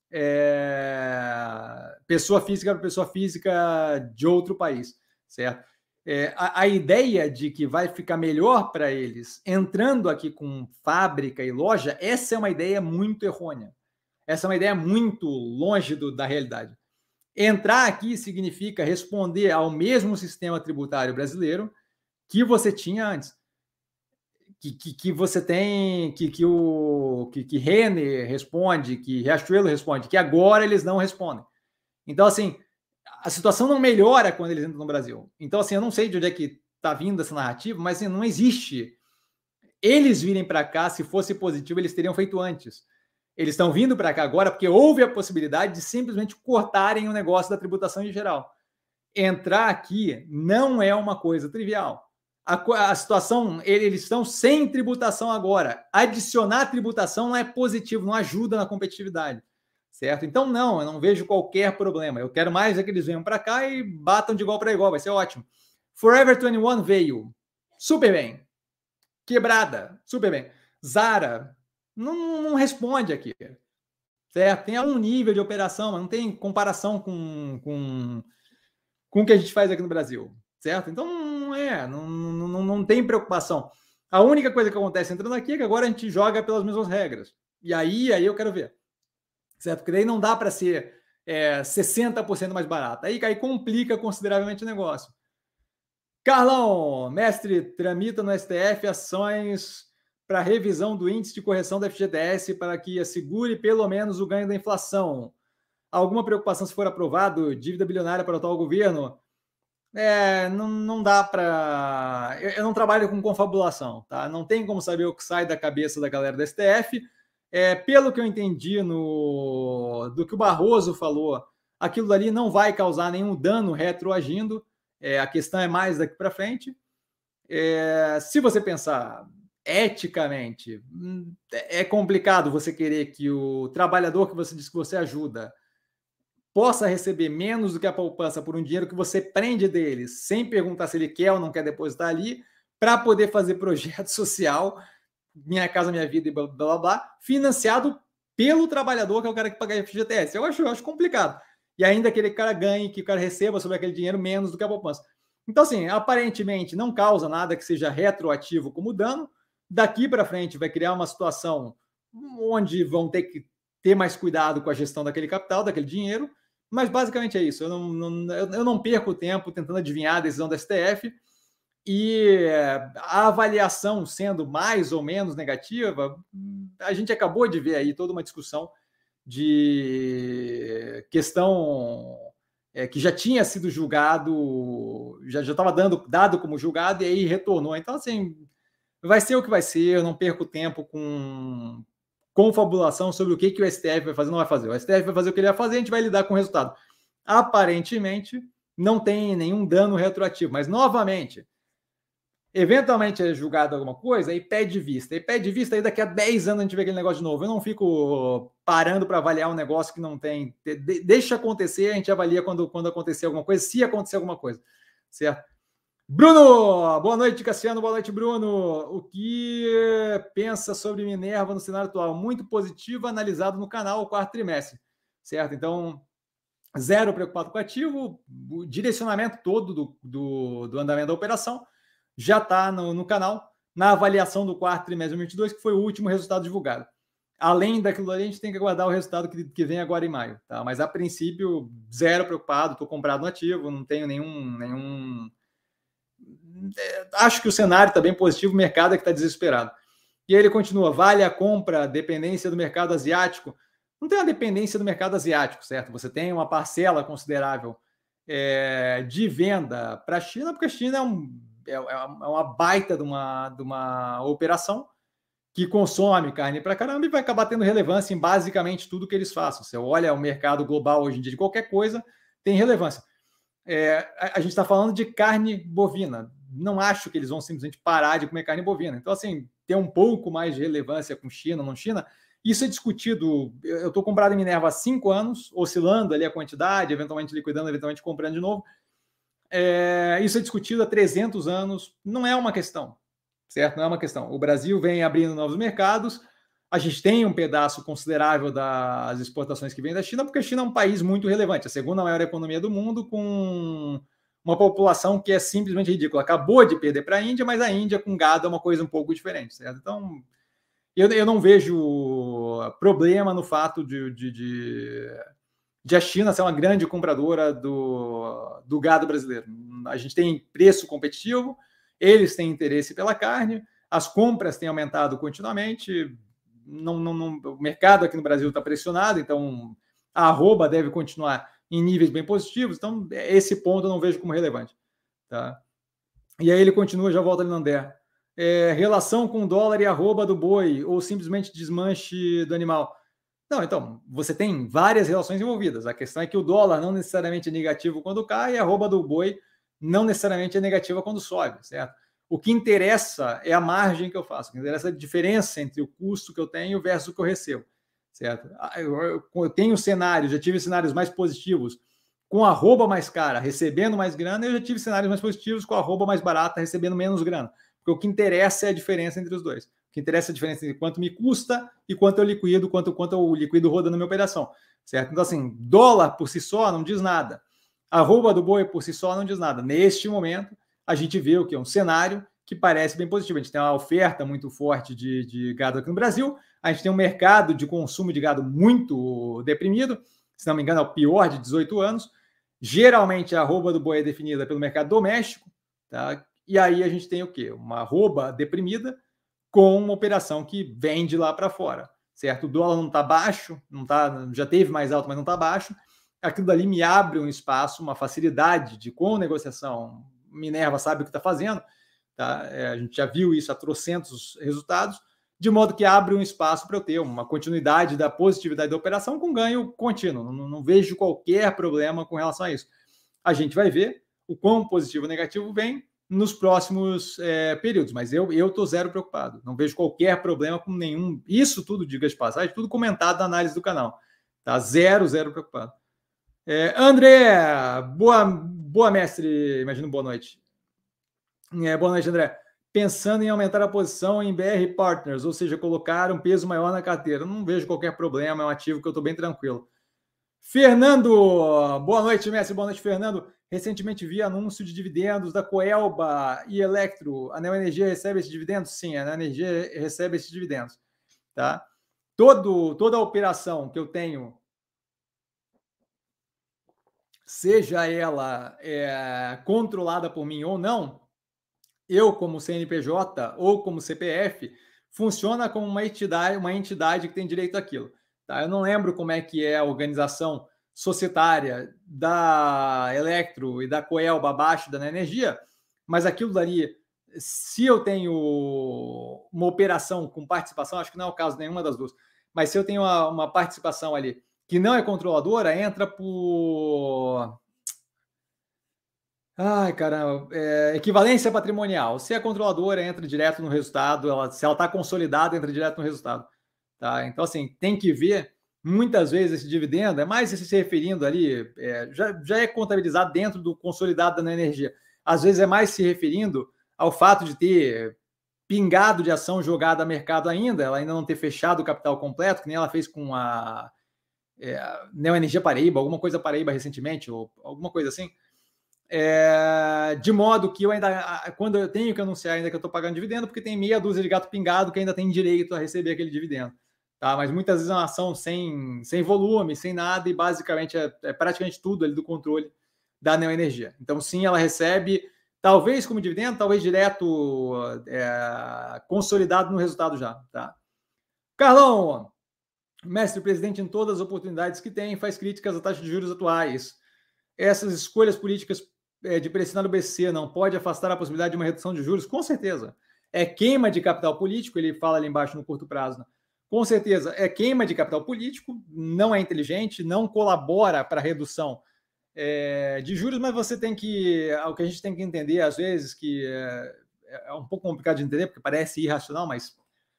pessoa física para pessoa física de outro país, certo? A ideia de que vai ficar melhor para eles entrando aqui com fábrica e loja, essa é uma ideia muito errônea. Essa é uma ideia muito longe da realidade. Entrar aqui significa responder ao mesmo sistema tributário brasileiro que você tinha antes. Que você tem, que Renner responde, que Riachuelo responde, que agora eles não respondem. Então, assim, a situação não melhora quando eles entram no Brasil. Então, assim, eu não sei de onde é que está vindo essa narrativa, mas assim, não existe. Eles virem para cá, se fosse positivo, eles teriam feito antes. Eles estão vindo para cá agora porque houve a possibilidade de simplesmente cortarem o negócio da tributação em geral. Entrar aqui não é uma coisa trivial. A situação, eles estão sem tributação agora. Adicionar tributação não é positivo, não ajuda na competitividade, certo? Então, não, eu não vejo qualquer problema. Eu quero mais é que eles venham para cá e batam de igual para igual, vai ser ótimo. Forever 21 veio super bem. Quebrada, super bem. Zara não responde aqui, certo? Tem algum nível de operação, mas não tem comparação com o que a gente faz aqui no Brasil, certo? Então, não tem preocupação. A única coisa que acontece entrando aqui é que agora a gente joga pelas mesmas regras. E aí eu quero ver, certo? Porque daí não dá para ser 60% mais barato. Aí complica consideravelmente o negócio. Carlão, mestre, tramita no STF ações para revisão do índice de correção da FGTS para que assegure pelo menos o ganho da inflação. Alguma preocupação se for aprovado? Dívida bilionária para o atual governo? Não dá para... Eu não trabalho com confabulação, tá? Não tem como saber o que sai da cabeça da galera do STF. Pelo que eu entendi do que o Barroso falou, aquilo dali não vai causar nenhum dano retroagindo. A questão é mais daqui para frente. Se você pensar eticamente, é complicado você querer que o trabalhador que você diz que você ajuda possa receber menos do que a poupança por um dinheiro que você prende dele, sem perguntar se ele quer ou não quer depositar ali, para poder fazer projeto social, Minha Casa Minha Vida e blá, blá, blá, financiado pelo trabalhador, que é o cara que paga FGTS. Eu acho complicado. E ainda que aquele cara ganhe, que o cara receba sobre aquele dinheiro menos do que a poupança. Então, assim, aparentemente não causa nada que seja retroativo como dano. Daqui para frente vai criar uma situação onde vão ter que ter mais cuidado com a gestão daquele capital, daquele dinheiro. Mas basicamente é isso. Eu não perco tempo tentando adivinhar a decisão da STF. E a avaliação sendo mais ou menos negativa, a gente acabou de ver aí toda uma discussão de questão que já tinha sido julgado, já estava dado como julgado e aí retornou. Então, assim, vai ser o que vai ser, eu não perco tempo com confabulação sobre o que o STF vai fazer ou não vai fazer. O STF vai fazer o que ele vai fazer, a gente vai lidar com o resultado. Aparentemente, não tem nenhum dano retroativo, mas, novamente, eventualmente é julgado alguma coisa e pede vista. E pede vista, aí daqui a 10 anos a gente vê aquele negócio de novo. Eu não fico parando para avaliar um negócio que não tem. Deixa acontecer, a gente avalia quando acontecer alguma coisa, se acontecer alguma coisa. Certo? Bruno! Boa noite, Cassiano. Boa noite, Bruno. O que pensa sobre Minerva no cenário atual? Muito positivo, analisado no canal, o quarto trimestre. Certo? Então, zero preocupado com o ativo, o direcionamento todo do andamento da operação já está no canal, na avaliação do quarto trimestre de 2022, que foi o último resultado divulgado. Além daquilo ali, a gente tem que aguardar o resultado que vem agora em maio. Tá? Mas, a princípio, zero preocupado, estou comprado no ativo, não tenho nenhum... Acho que o cenário está bem positivo, o mercado é que está desesperado. E aí ele continua, vale a compra, dependência do mercado asiático? Não tem uma dependência do mercado asiático, certo? Você tem uma parcela considerável de venda para a China, porque a China é uma baita de uma operação que consome carne para caramba e vai acabar tendo relevância em basicamente tudo que eles façam. Você olha o mercado global hoje em dia de qualquer coisa, tem relevância. A gente está falando de carne bovina. Não acho que eles vão simplesmente parar de comer carne bovina. Então, assim, ter um pouco mais de relevância com China, não China, isso é discutido. Eu estou comprado em Minerva há 5 anos, oscilando ali a quantidade, eventualmente liquidando, eventualmente comprando de novo. Isso é discutido há 300 anos, não é uma questão, certo? Não é uma questão. O Brasil vem abrindo novos mercados, a gente tem um pedaço considerável das exportações que vem da China, porque a China é um país muito relevante, a segunda maior economia do mundo, com uma população que é simplesmente ridícula. Acabou de perder para a Índia, mas a Índia com gado é uma coisa um pouco diferente, certo? Então, eu não vejo problema no fato de a China ser uma grande compradora do gado brasileiro. A gente tem preço competitivo, eles têm interesse pela carne, as compras têm aumentado continuamente, o mercado aqui no Brasil está pressionado, então a arroba deve continuar em níveis bem positivos, então esse ponto eu não vejo como relevante. Tá? E aí ele continua, já volta ali no André. Relação com o dólar e arroba do boi, ou simplesmente desmanche do animal. Não, então, você tem várias relações envolvidas. A questão é que o dólar não necessariamente é negativo quando cai e a arroba do boi não necessariamente é negativa quando sobe, certo? O que interessa é a margem que eu faço. O que interessa é a diferença entre o custo que eu tenho versus o que eu recebo, certo? Eu tenho cenários, já tive cenários mais positivos com a arroba mais cara, recebendo mais grana, e eu já tive cenários mais positivos com a arroba mais barata, recebendo menos grana. Porque o que interessa é a diferença entre os dois. O que interessa é a diferença entre quanto me custa e quanto eu liquido, quanto eu liquido rodando a minha operação, certo? Então, assim, dólar por si só não diz nada. A arroba do boi por si só não diz nada. Neste momento, a gente vê o que é um cenário que parece bem positivo. A gente tem uma oferta muito forte de gado aqui no Brasil, a gente tem um mercado de consumo de gado muito deprimido, se não me engano é o pior de 18 anos. Geralmente a arroba do boi é definida pelo mercado doméstico, tá? E aí a gente tem o quê? Uma arroba deprimida com uma operação que vende lá para fora, certo? O dólar não está baixo, não tá, já teve mais alto, mas não está baixo. Aquilo dali me abre um espaço, uma facilidade de com negociação. Minerva sabe o que está fazendo, tá? A gente já viu isso há trocentos resultados, de modo que abre um espaço para eu ter uma continuidade da positividade da operação com ganho contínuo. Não vejo qualquer problema com relação a isso. A gente vai ver o quão positivo ou negativo vem nos próximos períodos, mas eu estou zero preocupado. Não vejo qualquer problema com nenhum. Isso tudo, diga de passagem, tudo comentado na análise do canal. Tá? Zero preocupado. André, boa mestre, imagino boa noite. Boa noite, André. pensando em aumentar a posição em BR Partners, ou seja, colocar um peso maior na carteira. Não vejo qualquer problema, é um ativo que eu estou bem tranquilo. Fernando, boa noite, Messi, boa noite, Fernando. Recentemente vi anúncio de dividendos da Coelba e Electro. A Neoenergia recebe esses dividendos? Sim, a Neoenergia recebe esses dividendos. Tá? Toda a operação que eu tenho, seja ela controlada por mim ou não, eu como CNPJ ou como CPF, funciona como uma entidade que tem direito àquilo. Tá? Eu não lembro como é que é a organização societária da Electro e da Coelba abaixo da Neoenergia, mas aquilo dali, se eu tenho uma operação com participação, acho que não é o caso de nenhuma das duas, mas se eu tenho uma participação ali que não é controladora, entra por... Ai, caramba, equivalência patrimonial. Se é controladora, entra direto no resultado. Se ela está consolidada, entra direto no resultado. Tá? Então, assim, tem que ver. Muitas vezes esse dividendo é mais se referindo ali, já é contabilizado dentro do consolidado da energia. Às vezes é mais se referindo ao fato de ter pingado de ação jogada a mercado ainda, ela ainda não ter fechado o capital completo, que nem ela fez com a Neoenergia Paraíba, alguma coisa Paraíba recentemente, ou alguma coisa assim. De modo que eu ainda, quando eu tenho que anunciar ainda que eu estou pagando dividendo, porque tem meia dúzia de gato pingado que ainda tem direito a receber aquele dividendo. Tá? Mas muitas vezes é uma ação sem volume, sem nada, e basicamente é praticamente tudo ali do controle da Neoenergia. Então, sim, ela recebe, talvez como dividendo, talvez direto, consolidado no resultado já. Tá? Carlão, mestre presidente, em todas as oportunidades que tem, faz críticas à taxa de juros atuais. Essas escolhas políticas de pressionar o BC não pode afastar a possibilidade de uma redução de juros? Com certeza. É queima de capital político, ele fala ali embaixo no curto prazo. Né? Com certeza, é queima de capital político, não é inteligente, não colabora para a redução de juros, mas você tem que... O que a gente tem que entender, às vezes, que é um pouco complicado de entender, porque parece irracional, mas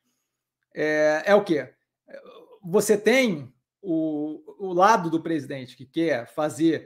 é o quê? Você tem o lado do presidente que quer fazer...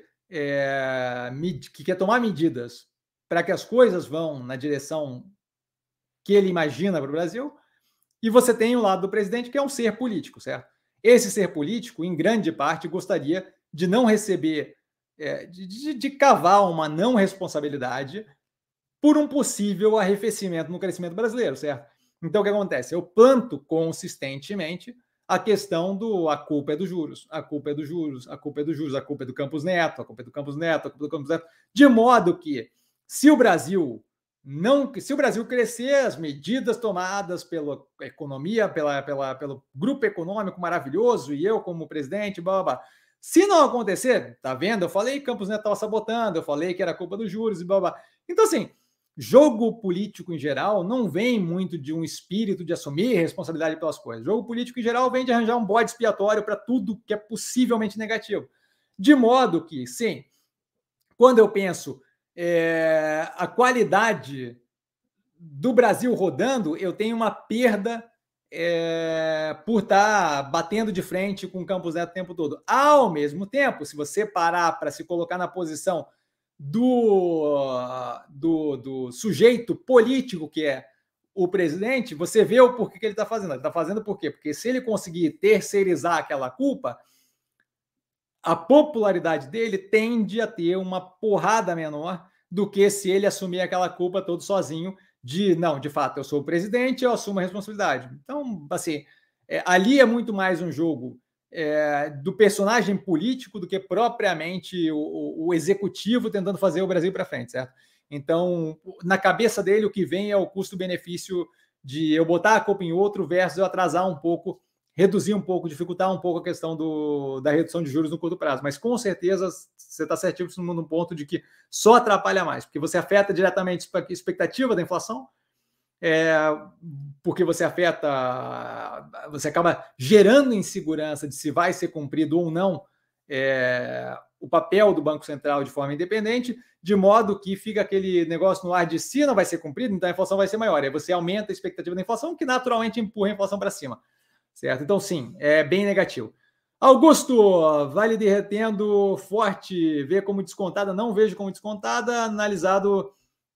que quer tomar medidas para que as coisas vão na direção que ele imagina para o Brasil, e você tem o lado do presidente que é um ser político, certo? Esse ser político, em grande parte, gostaria de não receber, de cavar uma não responsabilidade por um possível arrefecimento no crescimento brasileiro, certo? Então, o que acontece? Eu planto consistentemente a questão do a culpa é dos juros, a culpa é dos juros, a culpa é dos juros, a culpa é do Campos Neto, a culpa é do Campos Neto, a culpa é do Campos Neto, de modo que se o Brasil crescer, as medidas tomadas pela economia, pelo grupo econômico maravilhoso, e eu como presidente, blá, blá, blá. Se não acontecer, tá vendo? Eu falei que Campos Neto estava sabotando, eu falei que era culpa dos juros e blá, blá. Então, assim, jogo político em geral não vem muito de um espírito de assumir responsabilidade pelas coisas. Jogo político em geral vem de arranjar um bode expiatório para tudo que é possivelmente negativo. De modo que, sim, quando eu penso a qualidade do Brasil rodando, eu tenho uma perda por estar batendo de frente com o Campos Neto o tempo todo. Ao mesmo tempo, se você parar para se colocar na posição do sujeito político que é o presidente, você vê o porquê que ele está fazendo. Ele está fazendo por quê? Porque se ele conseguir terceirizar aquela culpa, a popularidade dele tende a ter uma porrada menor do que se ele assumir aquela culpa todo sozinho de fato, eu sou o presidente, eu assumo a responsabilidade. Então, assim, ali é muito mais um jogo do personagem político do que propriamente o executivo tentando fazer o Brasil para frente, certo? Então, na cabeça dele, o que vem é o custo-benefício de eu botar a culpa em outro versus eu atrasar um pouco, reduzir um pouco, dificultar um pouco a questão da redução de juros no curto prazo. Mas, com certeza, você está certíssimo num ponto de que só atrapalha mais, porque você afeta diretamente a expectativa da inflação, porque você acaba gerando insegurança de se vai ser cumprido ou não o papel do Banco Central de forma independente, de modo que fica aquele negócio no ar de se não vai ser cumprido, então a inflação vai ser maior. Aí você aumenta a expectativa da inflação, que naturalmente empurra a inflação para cima. Certo? Então, sim, é bem negativo. Augusto, Vale derretendo forte, vê como descontada, não vejo como descontada, analisado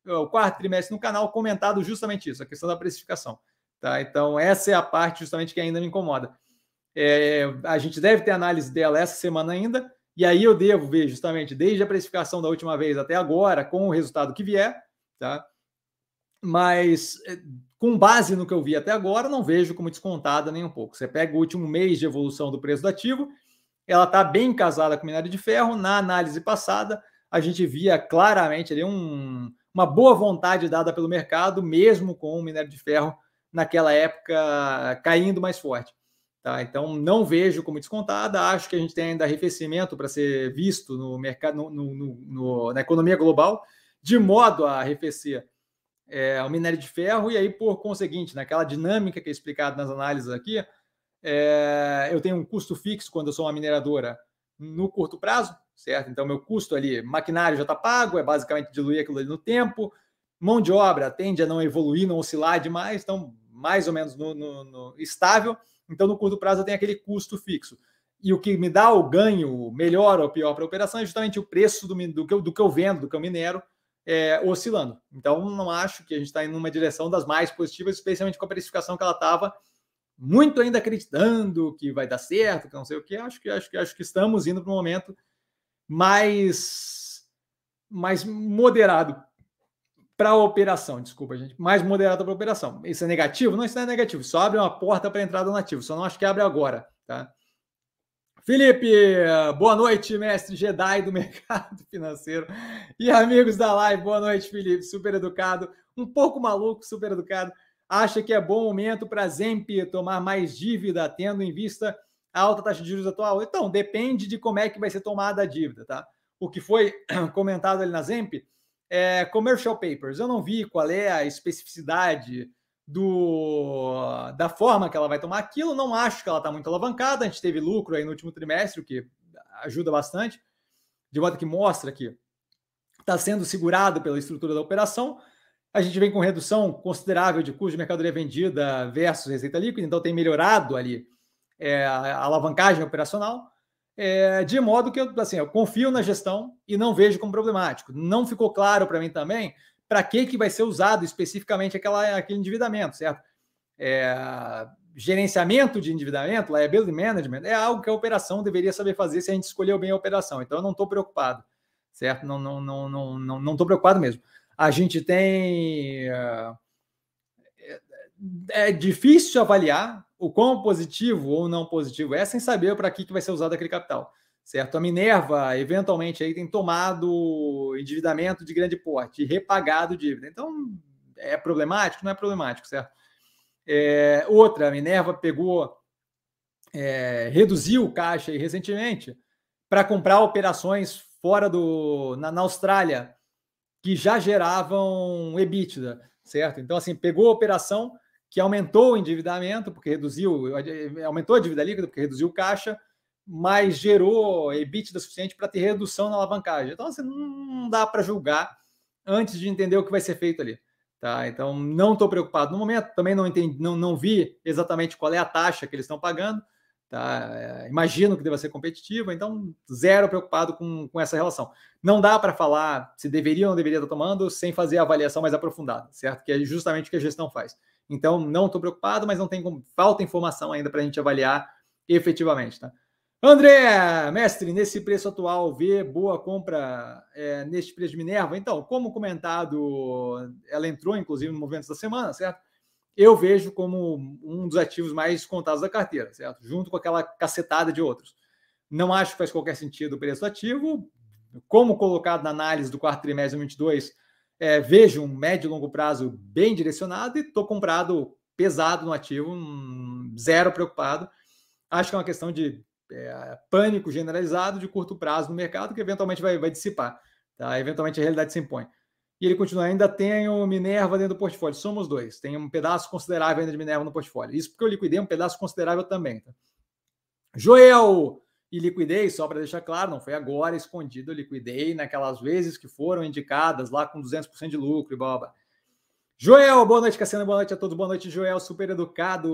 o quarto trimestre no canal comentado justamente isso, a questão da precificação. Tá? Então, essa é a parte justamente que ainda me incomoda. A gente deve ter análise dela essa semana ainda, e aí eu devo ver justamente desde a precificação da última vez até agora, com o resultado que vier, tá? Mas com base no que eu vi até agora, não vejo como descontada nem um pouco. Você pega o último mês de evolução do preço do ativo, ela está bem casada com minério de ferro. Na análise passada, a gente via claramente ali uma boa vontade dada pelo mercado, mesmo com o minério de ferro naquela época caindo mais forte. Tá? Então, não vejo como descontada. Acho que a gente tem ainda arrefecimento para ser visto no mercado, na economia global, de modo a arrefecer o minério de ferro, e aí, por conseguinte, naquela dinâmica que é explicada nas análises aqui, eu tenho um custo fixo quando eu sou uma mineradora no curto prazo, certo? Então, meu custo ali, maquinário já está pago, é basicamente diluir aquilo ali no tempo, mão de obra tende a não evoluir, não oscilar demais, então, mais ou menos no estável. Então, no curto prazo, eu tenho aquele custo fixo. E o que me dá o ganho melhor ou pior para a operação é justamente o preço do que eu vendo, do que eu minero, oscilando. Então, não acho que a gente está indo numa direção das mais positivas, especialmente com a precificação que ela estava muito ainda acreditando que vai dar certo, que não sei o que. Acho que estamos indo para um momento mais moderado para a operação. Desculpa, gente. Mais moderado para a operação. Isso é negativo? Não, isso não é negativo. Só abre uma porta para a entrada do ativo. Só não acho que abre agora, tá? Felipe, boa noite, mestre Jedi do mercado financeiro e amigos da live. Boa noite, Felipe, super educado, um pouco maluco, super educado. Acha que é bom momento para a Zemp tomar mais dívida, tendo em vista a alta taxa de juros atual? Então, depende de como é que vai ser tomada a dívida, tá? O que foi comentado ali na Zemp é commercial papers. Eu não vi qual é a especificidade da forma que ela vai tomar aquilo. Não acho que ela está muito alavancada. A gente teve lucro aí no último trimestre, o que ajuda bastante, de modo que mostra que está sendo segurado pela estrutura da operação. A gente vem com redução considerável de custo de mercadoria vendida versus receita líquida, então tem melhorado ali a alavancagem operacional, de modo que eu confio na gestão e não vejo como problemático. Não ficou claro para mim também para que vai ser usado especificamente aquele endividamento, certo? Gerenciamento de endividamento, liability management, é algo que a operação deveria saber fazer se a gente escolheu bem a operação. Então, eu não estou preocupado, certo? Não estou preocupado mesmo. A gente tem... É difícil avaliar o quão positivo ou não positivo é sem saber para que vai ser usado aquele capital, certo? A Minerva, eventualmente, aí tem tomado endividamento de grande porte e repagado dívida. Então, é problemático? Não é problemático, certo? Outra, a Minerva reduziu o caixa aí recentemente para comprar operações fora na Austrália que já geravam EBITDA, certo? Então, assim, pegou a operação que aumentou o endividamento, porque aumentou a dívida líquida, porque reduziu o caixa, mas gerou EBITDA suficiente para ter redução na alavancagem. Então, assim, não dá para julgar antes de entender o que vai ser feito ali. Tá? Então, não estou preocupado no momento, também não vi exatamente qual é a taxa que eles estão pagando, tá? Imagino que deva ser competitiva, então zero preocupado com essa relação. Não dá para falar se deveria ou não deveria estar tomando sem fazer a avaliação mais aprofundada, certo? Que é justamente o que a gestão faz. Então, não estou preocupado, mas não tem falta informação ainda para a gente avaliar efetivamente, tá? André, mestre, nesse preço atual, vê boa compra neste preço de Minerva? Então, como comentado, ela entrou, inclusive, no Movimentos da Semana, certo? Eu vejo como um dos ativos mais contados da carteira, certo? Junto com aquela cacetada de outros. Não acho que faz qualquer sentido o preço do ativo. Como colocado na análise do quarto trimestre de 2022, vejo um médio e longo prazo bem direcionado e estou comprado pesado no ativo, zero preocupado. Acho que é uma questão de pânico generalizado de curto prazo no mercado que eventualmente vai dissipar. Tá? Eventualmente a realidade se impõe. E ele continua, ainda tem o Minerva dentro do portfólio. Somos dois. Tem um pedaço considerável ainda de Minerva no portfólio. Isso porque eu liquidei um pedaço considerável também. Tá? Joel, e liquidei, só para deixar claro, não foi agora escondido, eu liquidei naquelas vezes que foram indicadas lá com 200% de lucro e blá, blá. Joel, boa noite, Cassiano, boa noite a todos, boa noite, Joel, super educado.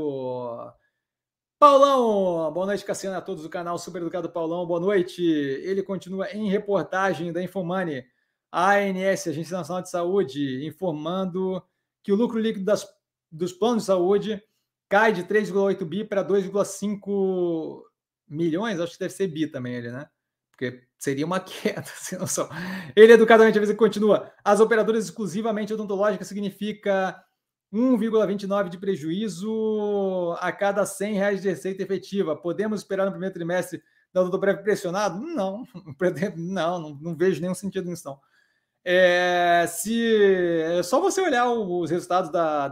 Paulão, boa noite, Cassiano, a todos do canal Super Educado Paulão, boa noite. Ele continua em reportagem da Infomoney. A ANS, Agência Nacional de Saúde, informando que o lucro líquido dos planos de saúde cai de 3,8 bi para 2,5 milhões, acho que deve ser bi também ele, né? Porque seria uma queda, sem noção. Ele educadamente avisa que continua. As operadoras exclusivamente odontológicas significa 1,29 de prejuízo a cada R$100 de receita efetiva. Podemos esperar no primeiro trimestre da Odontoprev pressionado? Não vejo nenhum sentido nisso, não. É só você olhar os resultados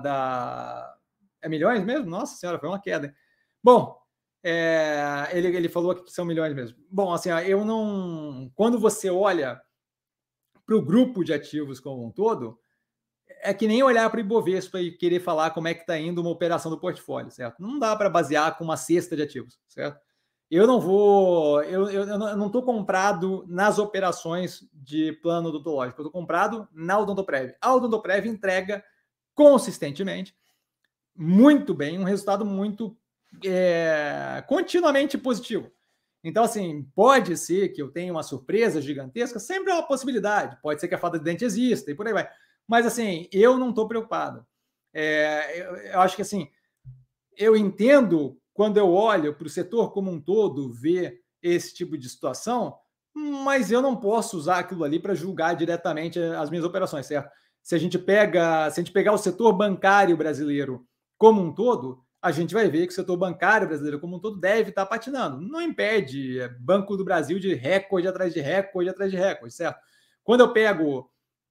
É milhões mesmo? Nossa senhora, foi uma queda. Hein? Bom, ele falou que são milhões mesmo. Bom, assim, eu não... Quando você olha para o grupo de ativos como um todo, é que nem olhar para o Ibovespa e querer falar como é que está indo uma operação do portfólio, certo? Não dá para basear com uma cesta de ativos, certo? Eu não estou comprado nas operações de plano odontológico, eu estou comprado na Odontoprev. A Odontoprev entrega consistentemente muito bem, um resultado muito continuamente positivo. Então, assim, pode ser que eu tenha uma surpresa gigantesca, sempre é uma possibilidade. Pode ser que a fada de dente exista e por aí vai. Mas, assim, eu não estou preocupado. Eu acho que, assim, eu entendo quando eu olho para o setor como um todo, ver esse tipo de situação, mas eu não posso usar aquilo ali para julgar diretamente as minhas operações, certo? Se a gente pegar o setor bancário brasileiro como um todo, a gente vai ver que o setor bancário brasileiro como um todo deve estar patinando. Não impede Banco do Brasil de recorde atrás de recorde atrás de recorde, certo? Quando eu pego...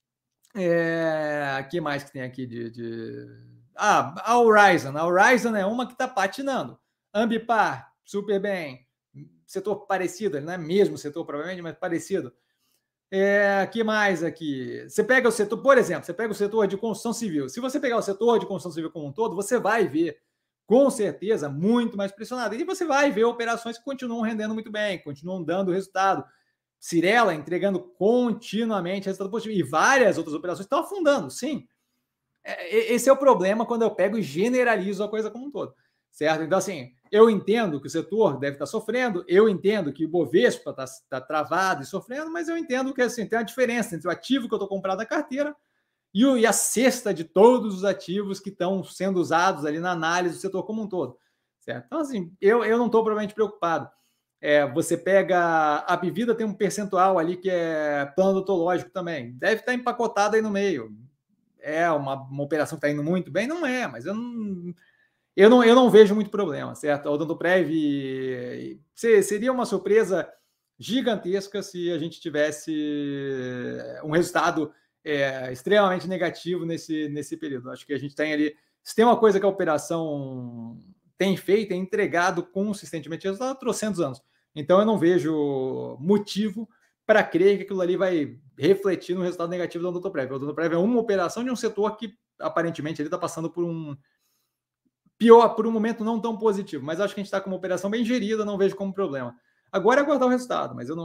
que mais que tem aqui a Horizon. A Horizon é uma que está patinando. Ambipar, super bem. Setor parecido, não é mesmo setor provavelmente, mas parecido. Que mais aqui? Você pega o setor, por exemplo, você pega o setor de construção civil. Se você pegar o setor de construção civil como um todo, você vai ver, com certeza, muito mais pressionado. E você vai ver operações que continuam rendendo muito bem, continuam dando resultado. Cirela entregando continuamente resultado positivo. E várias outras operações estão afundando, sim. Esse é o problema quando eu pego e generalizo a coisa como um todo, certo? Então, assim, eu entendo que o setor deve estar sofrendo, eu entendo que o Bovespa está travado e sofrendo, mas eu entendo que, assim, tem uma diferença entre o ativo que eu estou comprando na carteira e a cesta de todos os ativos que estão sendo usados ali na análise do setor como um todo, certo? Então, assim, eu não estou provavelmente preocupado. Você pega a Apivida, tem um percentual ali que é plano odontológico também, deve estar empacotado aí no meio. É uma operação que está indo muito bem? Não é, mas eu não vejo muito problema, certo? A Odontoprev seria uma surpresa gigantesca se a gente tivesse um resultado extremamente negativo nesse período. Acho que a gente tem ali, se tem uma coisa que a operação tem feito, é entregado consistentemente resultado há trocentos anos. Então eu não vejo motivo para crer que aquilo ali vai refletir no resultado negativo da Odontoprev. A Odontoprev é uma operação de um setor que aparentemente ele está passando por um momento não tão positivo, mas acho que a gente está com uma operação bem gerida, não vejo como problema. Agora é aguardar o resultado, mas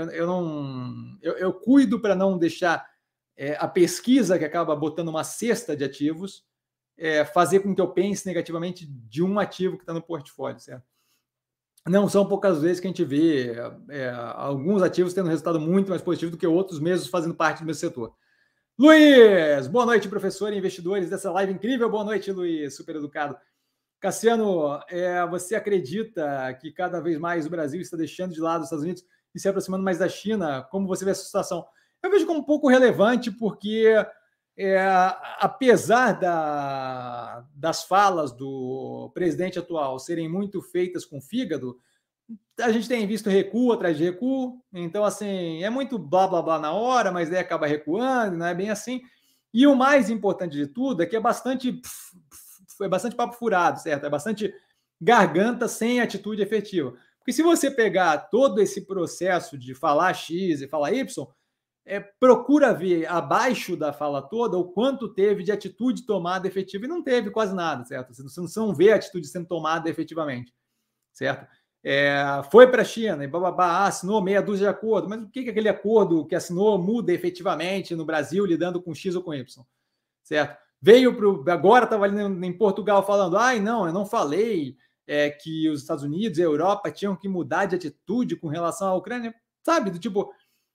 eu cuido para não deixar a pesquisa que acaba botando uma cesta de ativos fazer com que eu pense negativamente de um ativo que está no portfólio, certo? Não são poucas vezes que a gente vê alguns ativos tendo resultado muito mais positivo do que outros mesmo fazendo parte do mesmo setor. Luiz, boa noite, professor e investidores dessa live incrível. Boa noite, Luiz, super educado. Cassiano, você acredita que cada vez mais o Brasil está deixando de lado os Estados Unidos e se aproximando mais da China? Como você vê essa situação? Eu vejo como um pouco relevante porque, apesar das falas do presidente atual serem muito feitas com fígado, a gente tem visto recuo atrás de recuo, então, assim, é muito blá, blá, blá na hora, mas daí acaba recuando, não é bem assim. E o mais importante de tudo é que é bastante papo furado, certo? É bastante garganta sem atitude efetiva. Porque se você pegar todo esse processo de falar X e falar Y, procura ver abaixo da fala toda o quanto teve de atitude tomada efetiva, e não teve quase nada, certo? Você não vê a atitude sendo tomada efetivamente, certo? Foi para a China e assinou meia dúzia de acordo, mas o que aquele acordo que assinou muda efetivamente no Brasil lidando com X ou com Y, certo? Agora estava ali em Portugal falando, não, eu não falei que os Estados Unidos e a Europa tinham que mudar de atitude com relação à Ucrânia, sabe? Do tipo,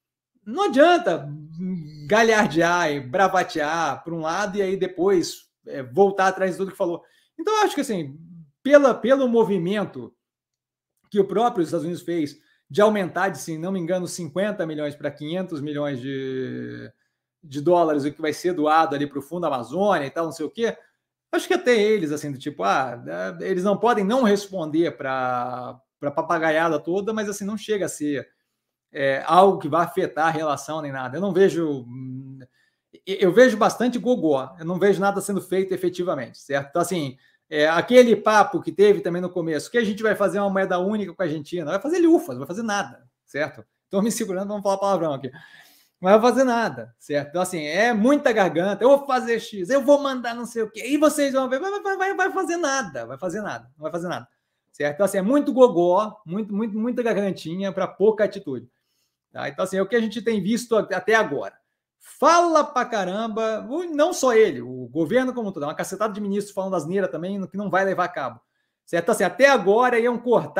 não adianta galhardear e bravatear por um lado e aí depois voltar atrás de tudo que falou. Então, eu acho que assim, pelo movimento que o próprio Estados Unidos fez de aumentar de, se não me engano, 50 milhões para 500 milhões de dólares, o que vai ser doado ali para o Fundo Amazônia e tal, não sei o quê, acho que até eles, assim, do tipo, eles não podem não responder para a papagaiada toda, mas assim, não chega a ser algo que vai afetar a relação nem nada. Eu não vejo... Eu vejo bastante gogó, eu não vejo nada sendo feito efetivamente, certo? Então, assim, aquele papo que teve também no começo, que a gente vai fazer uma moeda única com a Argentina, vai fazer lufas, não vai fazer nada, certo? Estou me segurando, vamos falar palavrão aqui. Não vai fazer nada, certo? Então, assim, é muita garganta, eu vou fazer X, eu vou mandar não sei o quê, e vocês vão ver, vai fazer nada, vai fazer nada, não vai fazer nada, certo? Então, assim, é muito gogó, muita gargantinha para pouca atitude. Tá? Então, assim, é o que a gente tem visto até agora. Fala pra caramba, não só ele, o governo como todo, uma cacetada de ministros falando asneira também, que não vai levar a cabo. Certo? Assim, até agora iam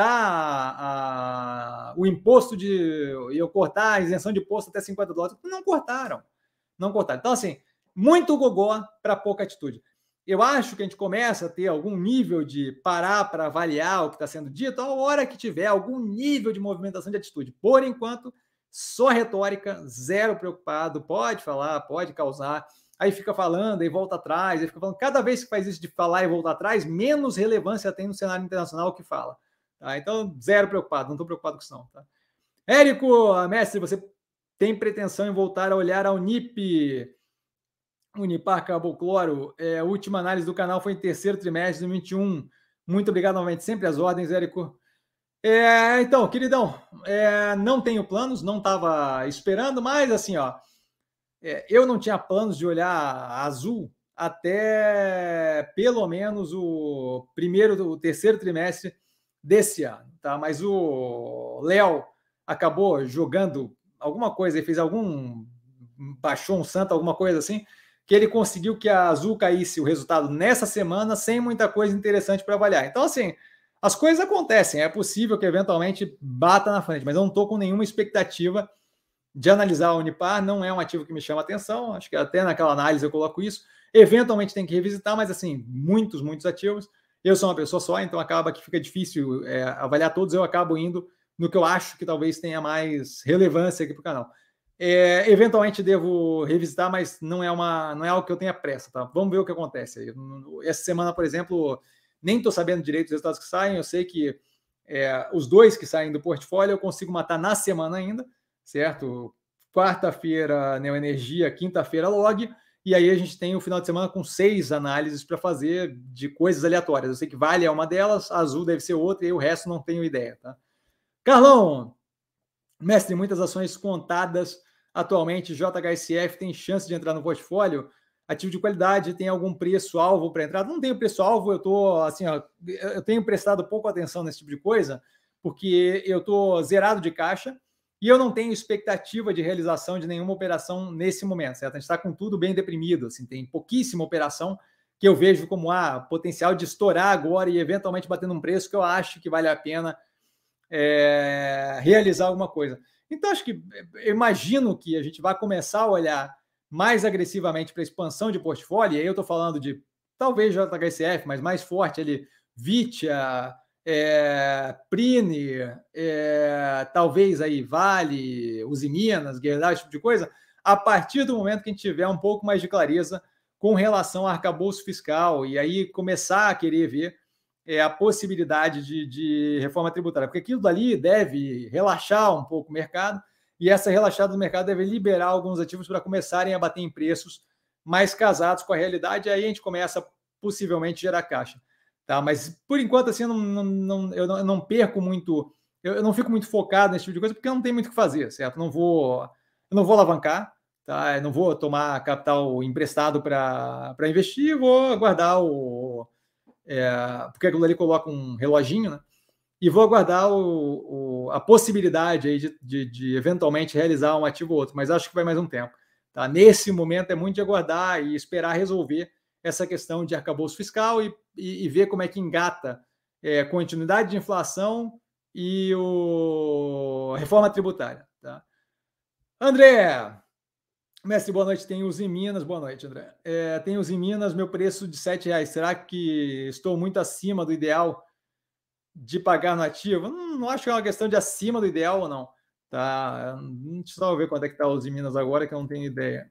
cortar o imposto iam cortar a isenção de imposto até 50 dólares. Não cortaram. Não cortaram. Então, assim, muito gogó para pouca atitude. Eu acho que a gente começa a ter algum nível de parar para avaliar o que está sendo dito a hora que tiver algum nível de movimentação de atitude. Por enquanto, só retórica, zero preocupado, pode falar, pode causar, aí fica falando, aí volta atrás, aí fica falando. Cada vez que faz isso de falar e voltar atrás, menos relevância tem no cenário internacional que fala. Tá? Então, zero preocupado, não estou preocupado com isso não. Tá? Érico, mestre, você tem pretensão em voltar a olhar a Unipar Carbocloro? A última análise do canal foi em terceiro trimestre de 2021. Muito obrigado novamente, sempre às ordens, Érico. Então, queridão, não tenho planos, não estava esperando, mas assim, ó, eu não tinha planos de olhar a Azul até pelo menos o terceiro trimestre desse ano, tá? Mas o Léo acabou jogando alguma coisa, ele fez baixou um santo, alguma coisa assim, que ele conseguiu que a Azul caísse o resultado nessa semana sem muita coisa interessante para avaliar. Então, assim, as coisas acontecem, é possível que eventualmente bata na frente, mas eu não estou com nenhuma expectativa de analisar a Unipar, não é um ativo que me chama atenção, acho que até naquela análise eu coloco isso, eventualmente tem que revisitar, mas assim, muitos ativos, eu sou uma pessoa só, então acaba que fica difícil avaliar todos, eu acabo indo no que eu acho que talvez tenha mais relevância aqui para o canal. Eventualmente devo revisitar, mas não é algo que eu tenha pressa, tá? Vamos ver o que acontece. Essa semana, por exemplo, nem estou sabendo direito os resultados que saem, eu sei que os dois que saem do portfólio eu consigo matar na semana ainda, certo? Quarta-feira, Neoenergia, quinta-feira, Log, e aí a gente tem o final de semana com 6 análises para fazer de coisas aleatórias. Eu sei que Vale é uma delas, Azul deve ser outra, e o resto não tenho ideia, tá? Carlão, mestre, muitas ações contadas atualmente, JHSF tem chance de entrar no portfólio? Ativo de qualidade, tem algum preço-alvo para entrada? Não tenho preço-alvo, eu tenho prestado pouco atenção nesse tipo de coisa, porque eu estou zerado de caixa e eu não tenho expectativa de realização de nenhuma operação nesse momento, certo? A gente está com tudo bem deprimido, assim, tem pouquíssima operação que eu vejo como potencial de estourar agora e eventualmente bater num preço que eu acho que vale a pena realizar alguma coisa. Então, acho que eu imagino que a gente vai começar a olhar mais agressivamente para a expansão de portfólio, e aí eu estou falando de talvez JHSF, mas mais forte ali, Vitia, Prine, talvez aí Vale, Usiminas, Gerdau, esse tipo de coisa, a partir do momento que a gente tiver um pouco mais de clareza com relação ao arcabouço fiscal, e aí começar a querer ver a possibilidade de reforma tributária, porque aquilo dali deve relaxar um pouco o mercado, e essa relaxada do mercado deve liberar alguns ativos para começarem a bater em preços mais casados com a realidade, e aí a gente começa possivelmente a gerar caixa. Tá? Mas, por enquanto, assim, eu não perco muito, eu não fico muito focado nesse tipo de coisa, porque eu não tenho muito o que fazer, certo? Eu não vou alavancar, tá? Eu não vou tomar capital emprestado para investir, vou aguardar porque aquilo ali coloca um reloginho, né? E vou aguardar a possibilidade aí de eventualmente realizar um ativo ou outro, mas acho que vai mais um tempo. Tá? Nesse momento é muito de aguardar e esperar resolver essa questão de arcabouço fiscal e ver como é que engata continuidade de inflação e a reforma tributária. Tá? André, mestre, boa noite. Tem os em Minas. Boa noite, André. Tem os em Minas, meu preço de R$7. Será que estou muito acima do ideal de pagar no ativo? Não acho que é uma questão de acima do ideal ou não. Tá? Deixa eu só ver quanto é que está os em Minas agora, que eu não tenho ideia.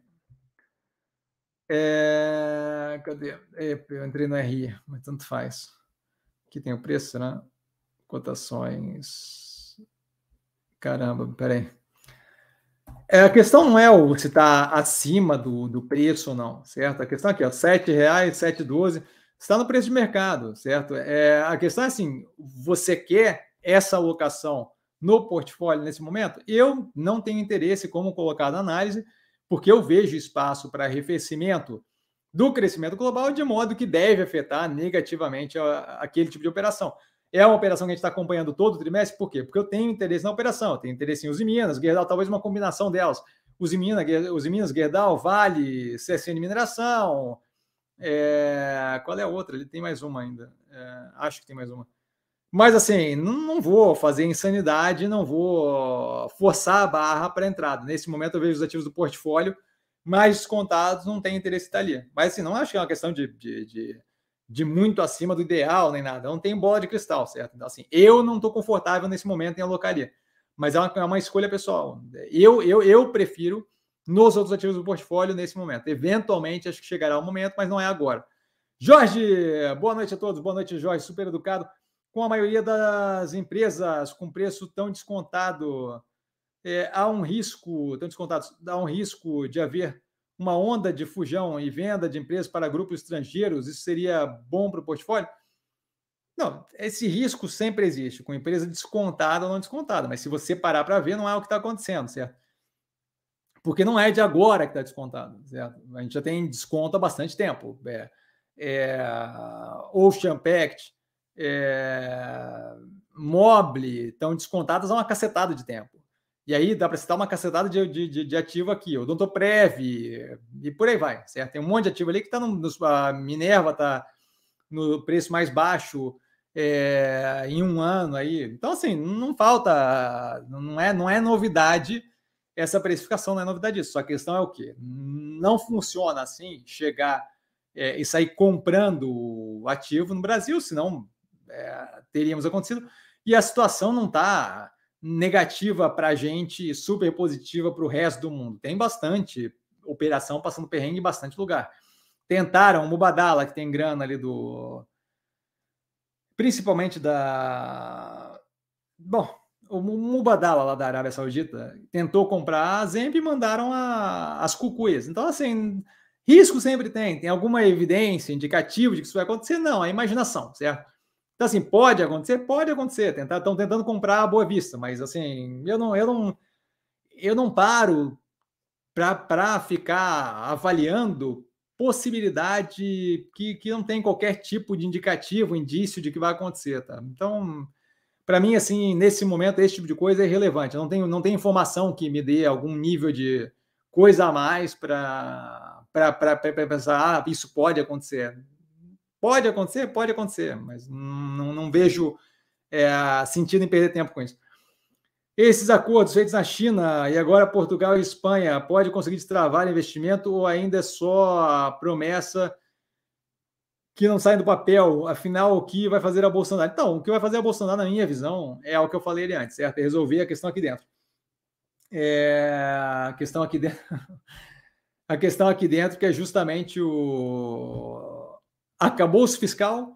Cadê? Eu entrei no RI, mas tanto faz. Aqui tem o preço, né? Cotações. Caramba, peraí. A questão não é se está acima do preço ou não, certo? A questão aqui, ó, R$7, 7,12, está no preço de mercado, certo? A questão é assim, você quer essa alocação no portfólio nesse momento? Eu não tenho interesse como colocar na análise, porque eu vejo espaço para arrefecimento do crescimento global, de modo que deve afetar negativamente aquele tipo de operação. É uma operação que a gente está acompanhando todo o trimestre, por quê? Porque eu tenho interesse na operação, eu tenho interesse em Uzi Minas, Gerdau, talvez uma combinação delas. Uzi Minas, Gerdau, Vale, CSN Mineração. Qual é a outra? Ele tem mais uma ainda. Acho que tem mais uma. Mas assim, não vou fazer insanidade, não vou forçar a barra para entrada. Nesse momento eu vejo os ativos do portfólio mais descontados, não tem interesse em estar ali. Mas assim, não acho que é uma questão de muito acima do ideal, nem nada. Eu não tenho bola de cristal, certo? Então, assim, eu não estou confortável nesse momento em alocaria. Mas é uma escolha pessoal. Eu prefiro nos outros ativos do portfólio nesse momento. Eventualmente, acho que chegará o momento, mas não é agora. Jorge, boa noite a todos. Boa noite, Jorge, super educado. Com a maioria das empresas com preço tão descontado, há um risco de haver uma onda de fusão e venda de empresas para grupos estrangeiros. Isso seria bom para o portfólio? Não, esse risco sempre existe, com empresa descontada ou não descontada, mas se você parar para ver, não é o que está acontecendo, certo? Porque não é de agora que está descontado, certo? A gente já tem desconto há bastante tempo. Ocean Pact, Mobile estão descontadas há uma cacetada de tempo. E aí dá para citar uma cacetada de ativo aqui, o Odontoprev e por aí vai, certo? Tem um monte de ativo ali que está a Minerva está no preço mais baixo em um ano aí. Então, assim, não falta, não é novidade essa precificação, não é novidade disso. Só a questão é o quê? Não funciona assim, chegar e sair comprando o ativo no Brasil, senão teríamos acontecido. E a situação não está negativa para a gente, super positiva para o resto do mundo. Tem bastante operação passando perrengue em bastante lugar. Tentaram, o Mubadala, que tem grana ali principalmente o Mubadala lá da Arábia Saudita tentou comprar a Zemp e mandaram as cucuias. Então, assim, risco sempre tem alguma evidência, indicativo de que isso vai acontecer? Não, é imaginação, certo? Então, assim, pode acontecer? Pode acontecer. Estão tentando comprar a Boa Vista, mas, assim, eu não paro para ficar avaliando possibilidade que não tem qualquer tipo de indicativo, indício de que vai acontecer, tá? Então, para mim, assim, nesse momento, esse tipo de coisa é irrelevante. Eu não tenho informação que me dê algum nível de coisa a mais para pensar, isso pode acontecer. Pode acontecer, mas não vejo sentido em perder tempo com isso. Esses acordos feitos na China e agora Portugal e Espanha pode conseguir destravar investimento ou ainda é só a promessa que não sai do papel? Afinal, o que vai fazer a Bolsonaro? Então, o que vai fazer a Bolsonaro, na minha visão, é o que eu falei ali antes, certo? É resolver a questão aqui dentro. A questão aqui dentro... a questão aqui dentro que é justamente o arcabouço fiscal,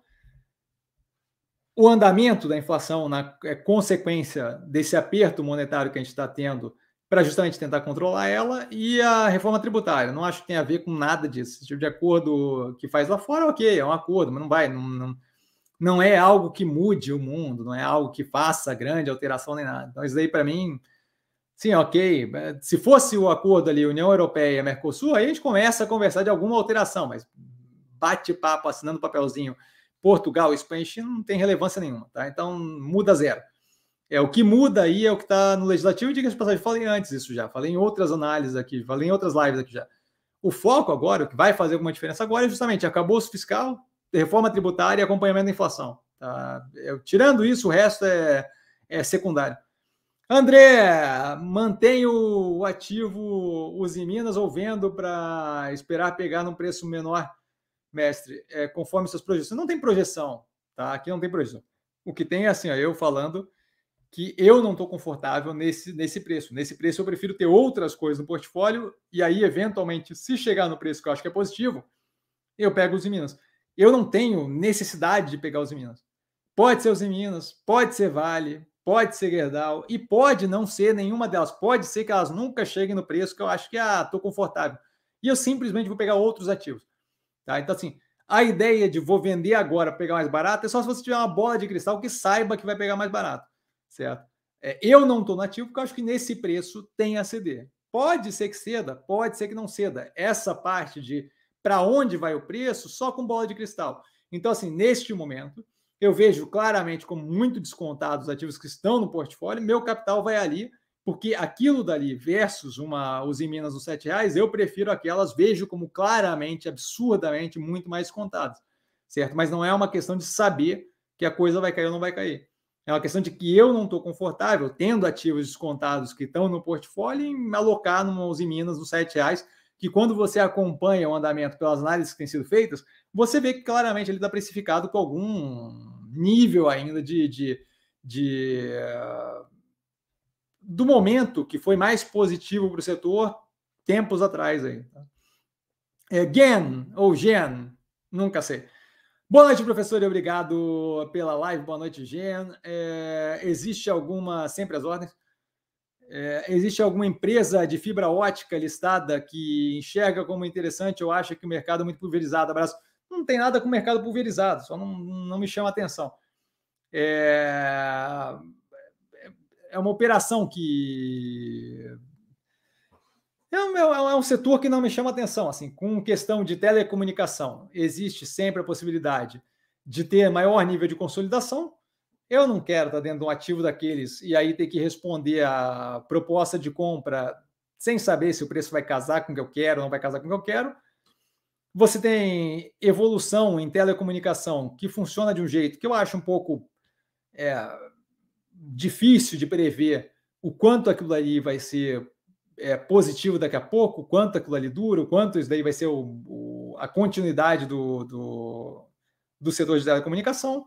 o andamento da inflação na consequência desse aperto monetário que a gente está tendo para justamente tentar controlar ela, e a reforma tributária. Não acho que tem a ver com nada disso. Esse tipo de acordo que faz lá fora, ok, é um acordo, mas não é algo que mude o mundo, não é algo que faça grande alteração nem nada. Então, isso daí, para mim, sim, ok. Se fosse o acordo ali, União Europeia e Mercosul, aí a gente começa a conversar de alguma alteração, mas bate-papo, assinando papelzinho, Portugal, Espanha e China não tem relevância nenhuma, tá? Então, muda zero. O que muda aí é o que está no legislativo, e diga-se de passagem, falei antes isso já, falei em outras análises aqui, falei em outras lives aqui já. O foco agora, o que vai fazer alguma diferença agora é justamente arcabouço fiscal, reforma tributária e acompanhamento da inflação. Tá? Tirando isso, o resto é secundário. André, mantém o ativo Usiminas ou vendo para esperar pegar num preço menor, mestre, conforme suas projeções? Não tem projeção, tá? Aqui não tem projeção. O que tem é assim, ó, eu falando que eu não estou confortável nesse preço. Nesse preço eu prefiro ter outras coisas no portfólio e aí, eventualmente, se chegar no preço que eu acho que é positivo, eu pego os Minas. Eu não tenho necessidade de pegar os Minas. Pode ser os Minas, pode ser Vale, pode ser Gerdau e pode não ser nenhuma delas. Pode ser que elas nunca cheguem no preço que eu acho que estou confortável. E eu simplesmente vou pegar outros ativos. Tá? Então, assim, a ideia de vou vender agora para pegar mais barato é só se você tiver uma bola de cristal que saiba que vai pegar mais barato. Certo? Eu não estou no ativo porque eu acho que nesse preço tem a ceder. Pode ser que ceda, pode ser que não ceda. Essa parte de para onde vai o preço, só com bola de cristal. Então, assim, neste momento, eu vejo claramente como muito descontados os ativos que estão no portfólio, meu capital vai ali, porque aquilo dali versus uma Usiminas nos R$7, eu prefiro aquelas, vejo como claramente, absurdamente, muito mais descontadas, certo? Mas não é uma questão de saber que a coisa vai cair ou não vai cair. É uma questão de que eu não estou confortável tendo ativos descontados que estão no portfólio em alocar numa Usiminas nos R$7, que quando você acompanha o andamento pelas análises que têm sido feitas, você vê que claramente ele está precificado com algum nível ainda do momento que foi mais positivo para o setor tempos atrás. Aí. Gen ou Gen, nunca sei. Boa noite, professor, e obrigado pela live. Boa noite, Gen. Existe alguma, sempre às ordens, existe alguma empresa de fibra ótica listada que enxerga como interessante ou acha que o mercado é muito pulverizado? Abraço. Não tem nada com o mercado pulverizado, só não me chama atenção. É uma operação que é um setor que não me chama atenção. Assim, com questão de telecomunicação, existe sempre a possibilidade de ter maior nível de consolidação. Eu não quero estar dentro de um ativo daqueles e aí ter que responder a proposta de compra sem saber se o preço vai casar com o que eu quero ou não vai casar com o que eu quero. Você tem evolução em telecomunicação que funciona de um jeito que eu acho um pouco difícil de prever o quanto aquilo ali vai ser positivo daqui a pouco, o quanto aquilo ali dura, o quanto isso daí vai ser a continuidade do setor de telecomunicação.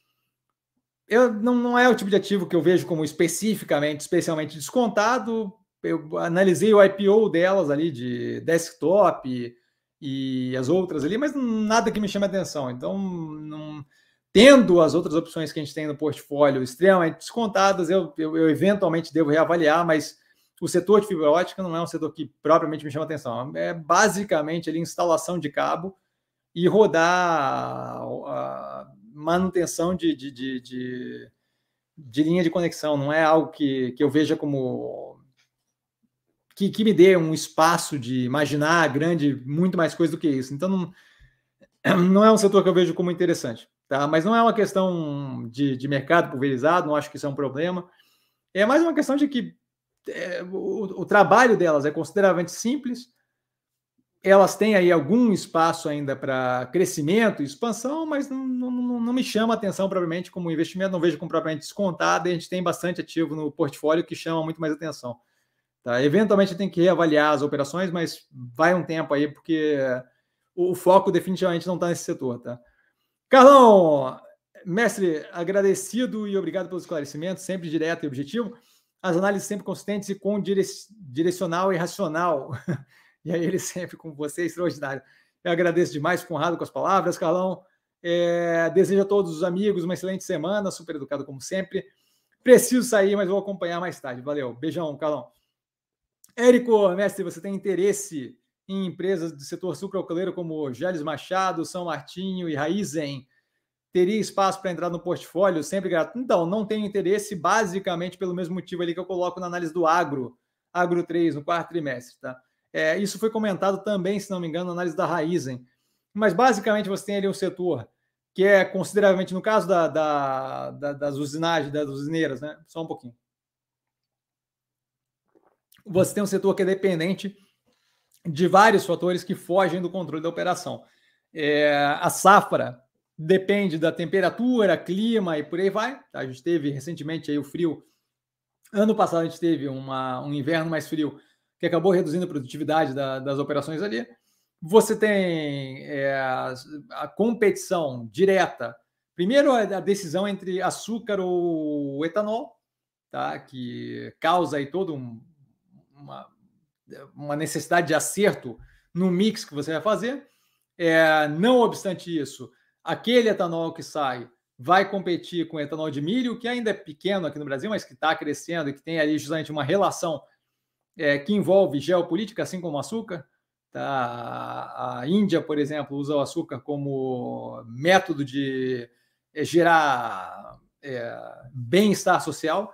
Não é o tipo de ativo que eu vejo como especialmente descontado. Eu analisei o IPO delas ali de desktop e as outras ali, mas nada que me chame a atenção. Então, tendo as outras opções que a gente tem no portfólio extremamente descontadas, eu eventualmente devo reavaliar, mas o setor de fibra ótica não é um setor que propriamente me chama a atenção. É basicamente ali instalação de cabo e rodar a manutenção de linha de conexão. Não é algo que eu veja como que me dê um espaço de imaginar muito mais coisa do que isso. Então, não é um setor que eu vejo como interessante. Tá? Mas não é uma questão de mercado pulverizado, não acho que isso é um problema. É mais uma questão de que o trabalho delas é consideravelmente simples, elas têm aí algum espaço ainda para crescimento e expansão, mas não me chama a atenção propriamente como investimento, não vejo como propriamente descontado, e a gente tem bastante ativo no portfólio que chama muito mais atenção. Tá? Eventualmente tem que reavaliar as operações, mas vai um tempo aí, porque o foco definitivamente não está nesse setor. Tá? Carlão, mestre, agradecido e obrigado pelos esclarecimentos, sempre direto e objetivo. As análises sempre consistentes e com direcional e racional. E aí ele sempre com você, extraordinário. Eu agradeço demais, fico honrado com as palavras, Carlão. Desejo a todos os amigos uma excelente semana, super educado como sempre. Preciso sair, mas vou acompanhar mais tarde. Valeu, beijão, Carlão. Érico, mestre, você tem interesse em empresas do setor sucroalcooleiro como Geles Machado, São Martinho e Raizen? Teria espaço para entrar no portfólio? Sempre grato. Então, não tenho interesse, basicamente pelo mesmo motivo ali que eu coloco na análise do Agro 3, no quarto trimestre, tá? Isso foi comentado também, se não me engano, na análise da Raizen. Mas, basicamente, você tem ali um setor que é consideravelmente, no caso das usinagens, das usineiras, né? Só um pouquinho. Você tem um setor que é dependente de vários fatores que fogem do controle da operação. A safra depende da temperatura, clima e por aí vai. Tá? A gente teve recentemente aí o frio Ano passado a gente teve um inverno mais frio que acabou reduzindo a produtividade das operações ali. Você tem a competição direta. Primeiro, a decisão entre açúcar ou etanol, tá? Que causa aí toda uma necessidade de acerto no mix que você vai fazer. Não obstante isso, aquele etanol que sai vai competir com o etanol de milho, que ainda é pequeno aqui no Brasil, mas que está crescendo e que tem ali justamente uma relação que envolve geopolítica, assim como o açúcar. Tá? A Índia, por exemplo, usa o açúcar como método de gerar bem-estar social.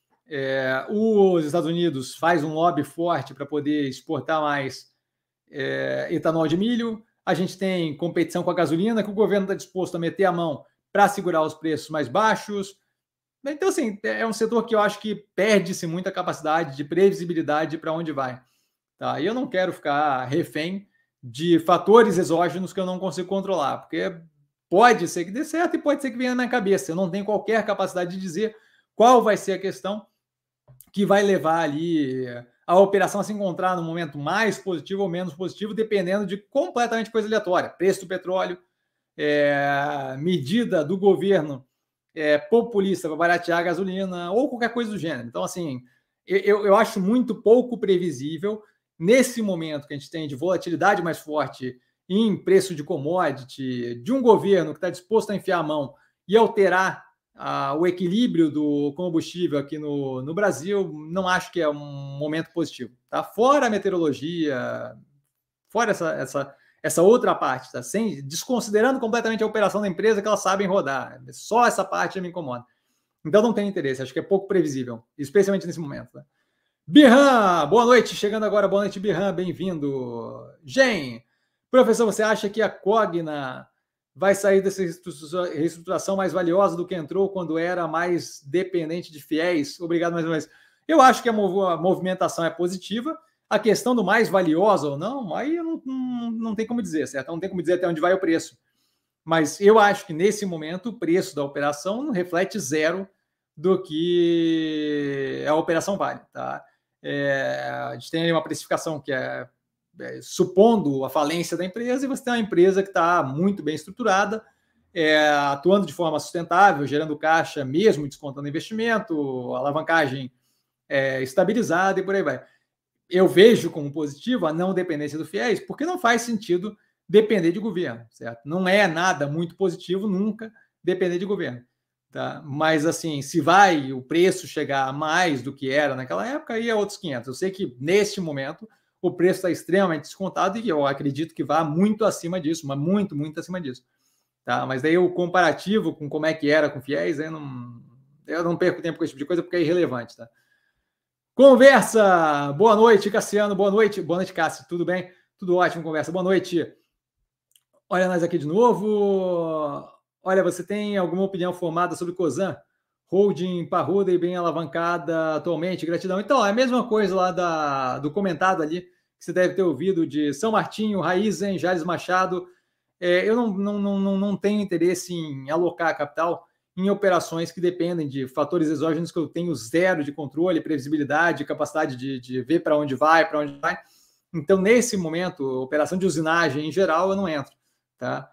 Os Estados Unidos faz um lobby forte para poder exportar mais etanol de milho. A gente tem competição com a gasolina, que o governo está disposto a meter a mão para segurar os preços mais baixos. Então, assim, é um setor que eu acho que perde-se muita capacidade de previsibilidade para onde vai. Tá? E eu não quero ficar refém de fatores exógenos que eu não consigo controlar, porque pode ser que dê certo e pode ser que venha na minha cabeça. Eu não tenho qualquer capacidade de dizer qual vai ser a questão que vai levar ali a operação a se encontrar no momento mais positivo ou menos positivo, dependendo de completamente coisa aleatória. Preço do petróleo, medida do governo populista para baratear a gasolina ou qualquer coisa do gênero. Então, assim, eu acho muito pouco previsível nesse momento que a gente tem de volatilidade mais forte em preço de commodity, de um governo que está disposto a enfiar a mão e alterar o equilíbrio do combustível aqui no Brasil, não acho que é um momento positivo. Tá? Fora a meteorologia, fora essa outra parte, tá? Desconsiderando completamente a operação da empresa que elas sabem rodar. Só essa parte me incomoda. Então não tem interesse, acho que é pouco previsível, especialmente nesse momento. Tá? Birran, boa noite, chegando agora, boa noite, Birran, bem-vindo. Gen, professor, você acha que a Cogna vai sair dessa reestruturação mais valiosa do que entrou quando era mais dependente de fiéis? Obrigado mais uma vez. Eu acho que a movimentação é positiva. A questão do mais valiosa ou não, aí não tem como dizer, certo? Não tem como dizer até onde vai o preço. Mas eu acho que nesse momento o preço da operação não reflete zero do que a operação vale. Tá? A gente tem aí uma precificação que supondo a falência da empresa, e você tem uma empresa que está muito bem estruturada, atuando de forma sustentável, gerando caixa, mesmo descontando investimento, alavancagem estabilizada e por aí vai. Eu vejo como positivo a não dependência do FIES, porque não faz sentido depender de governo, certo? Não é nada muito positivo nunca depender de governo. Tá? Mas, assim, se vai o preço chegar a mais do que era naquela época, aí é outros 500. Eu sei que, neste momento, o preço está extremamente descontado e eu acredito que vá muito acima disso, mas muito, muito acima disso. Tá? Mas daí o comparativo com como é que era com FIES, eu não perco tempo com esse tipo de coisa porque é irrelevante. Tá? Conversa! Boa noite, Cassiano. Boa noite, Cássio. Tudo bem? Tudo ótimo, conversa. Boa noite. Olha nós aqui de novo. Olha, você tem alguma opinião formada sobre Cosan? Holding parruda e bem alavancada atualmente, gratidão. Então, é a mesma coisa lá do comentado ali, que você deve ter ouvido de São Martinho, Raizen, Jales Machado. Eu não tenho interesse em alocar capital em operações que dependem de fatores exógenos que eu tenho zero de controle, previsibilidade, capacidade de ver para onde vai. Então, nesse momento, operação de usinagem em geral, eu não entro. Tá?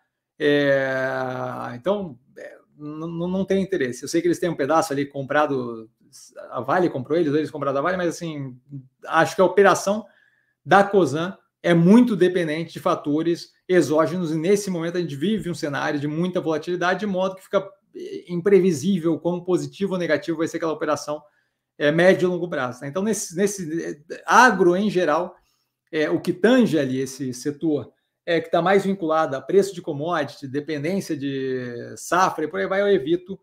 Então, não tem interesse. Eu sei que eles têm um pedaço ali comprado, a Vale comprou eles compraram a Vale, mas assim, acho que a operação da Cosan é muito dependente de fatores exógenos e nesse momento a gente vive um cenário de muita volatilidade, de modo que fica imprevisível quão positivo ou negativo vai ser aquela operação médio e longo prazo. Tá? Então, nesse agro em geral, o que tange ali esse setor que está mais vinculado a preço de commodity, dependência de safra, e por aí vai, eu evito.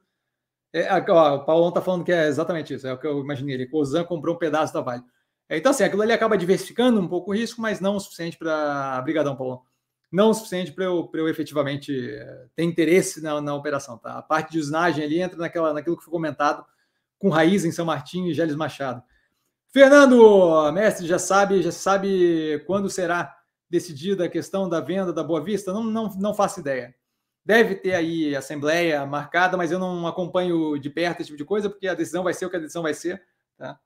O Paulão está falando que é exatamente isso, é o que eu imaginei. Ele, Cosan comprou um pedaço da Vale. Então, assim, aquilo ali acaba diversificando um pouco o risco, mas não o suficiente para... Obrigadão, Paulão. Não o suficiente para eu efetivamente ter interesse na operação. Tá? A parte de usinagem ali entra naquilo que foi comentado com Raiz em São Martinho e Gélis Machado. Fernando, mestre, já sabe quando será decidida a questão da venda da Boa Vista? Não faço ideia. Deve ter aí assembleia marcada, mas eu não acompanho de perto esse tipo de coisa, porque a decisão vai ser o que a decisão vai ser. tá?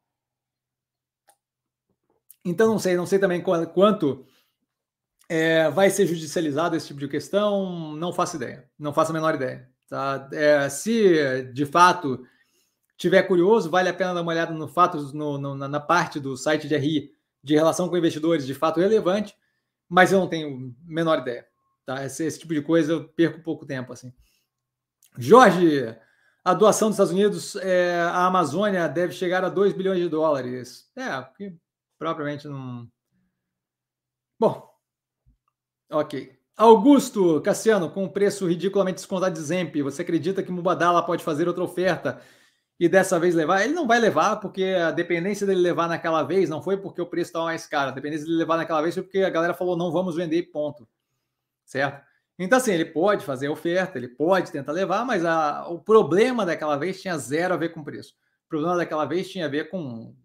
Então, não sei também quanto vai ser judicializado esse tipo de questão, não faço ideia, não faço a menor ideia. Tá? Se de fato tiver curioso, vale a pena dar uma olhada no fato, na parte do site de RI de relação com investidores de fato relevante, mas eu não tenho a menor ideia. Tá? Esse tipo de coisa eu perco pouco tempo. Assim. Jorge, a doação dos Estados Unidos à Amazônia deve chegar a 2 bilhões de dólares. Porque propriamente não... Bom, ok. Augusto Cassiano, com um preço ridiculamente descontado de Zemp, você acredita que Mubadala pode fazer outra oferta e dessa vez levar? Ele não vai levar, porque a dependência dele levar naquela vez não foi porque o preço estava mais caro. A dependência dele levar naquela vez foi porque a galera falou não vamos vender, ponto. Certo? Então, assim, ele pode fazer a oferta, ele pode tentar levar, mas o problema daquela vez tinha zero a ver com o preço. O problema daquela vez tinha a ver com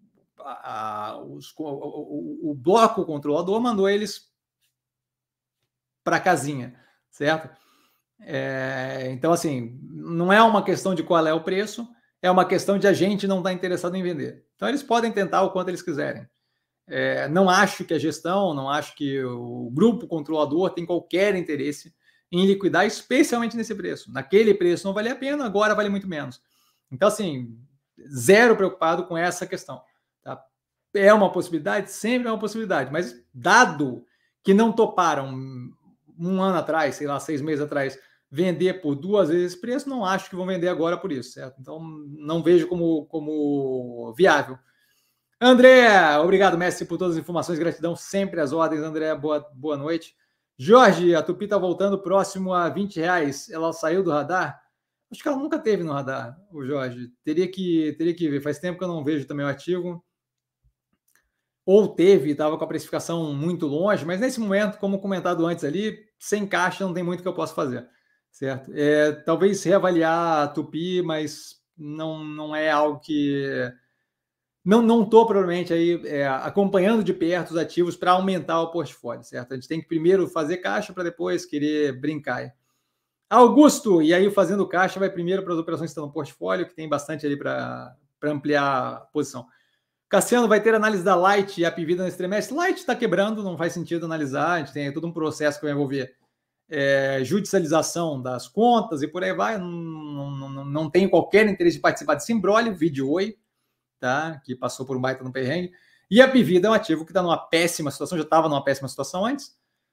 o bloco controlador mandou eles para casinha, certo? Então, assim, não é uma questão de qual é o preço, é uma questão de a gente não estar interessado em vender. Então, eles podem tentar o quanto eles quiserem. Não acho que a gestão, não acho que o grupo controlador tem qualquer interesse em liquidar, especialmente nesse preço. Naquele preço não valia a pena, agora vale muito menos. Então, assim, zero preocupado com essa questão. Tá? É uma possibilidade? Sempre é uma possibilidade, mas dado que não toparam um ano atrás, sei lá, 6 meses atrás, vender por 2 vezes esse preço, não acho que vão vender agora por isso, certo? Então, não vejo como viável. André, obrigado, mestre, por todas as informações. Gratidão sempre às ordens, André. Boa noite. Jorge, a Tupi está voltando próximo a R$20. Ela saiu do radar? Acho que ela nunca teve no radar, o Jorge. Teria que ver. Faz tempo que eu não vejo também o ativo. Ou teve, estava com a precificação muito longe, mas nesse momento, como comentado antes ali, sem caixa não tem muito que eu possa fazer. Certo? Talvez reavaliar a Tupi, mas não é algo que... Não estou, provavelmente, aí acompanhando de perto os ativos para aumentar o portfólio, certo? A gente tem que primeiro fazer caixa para depois querer brincar. Augusto, e aí fazendo caixa vai primeiro para as operações que estão no portfólio, que tem bastante ali para ampliar a posição. Cassiano, vai ter análise da Light e a Pivida nesse trimestre? Light está quebrando, não faz sentido analisar, a gente tem todo um processo que vai envolver judicialização das contas e por aí vai, não tenho qualquer interesse de participar desse imbróglio, vídeo Oi, tá? Que passou por um baita no perrengue. E a Pivida é um ativo que está numa péssima situação, já estava numa péssima situação antes.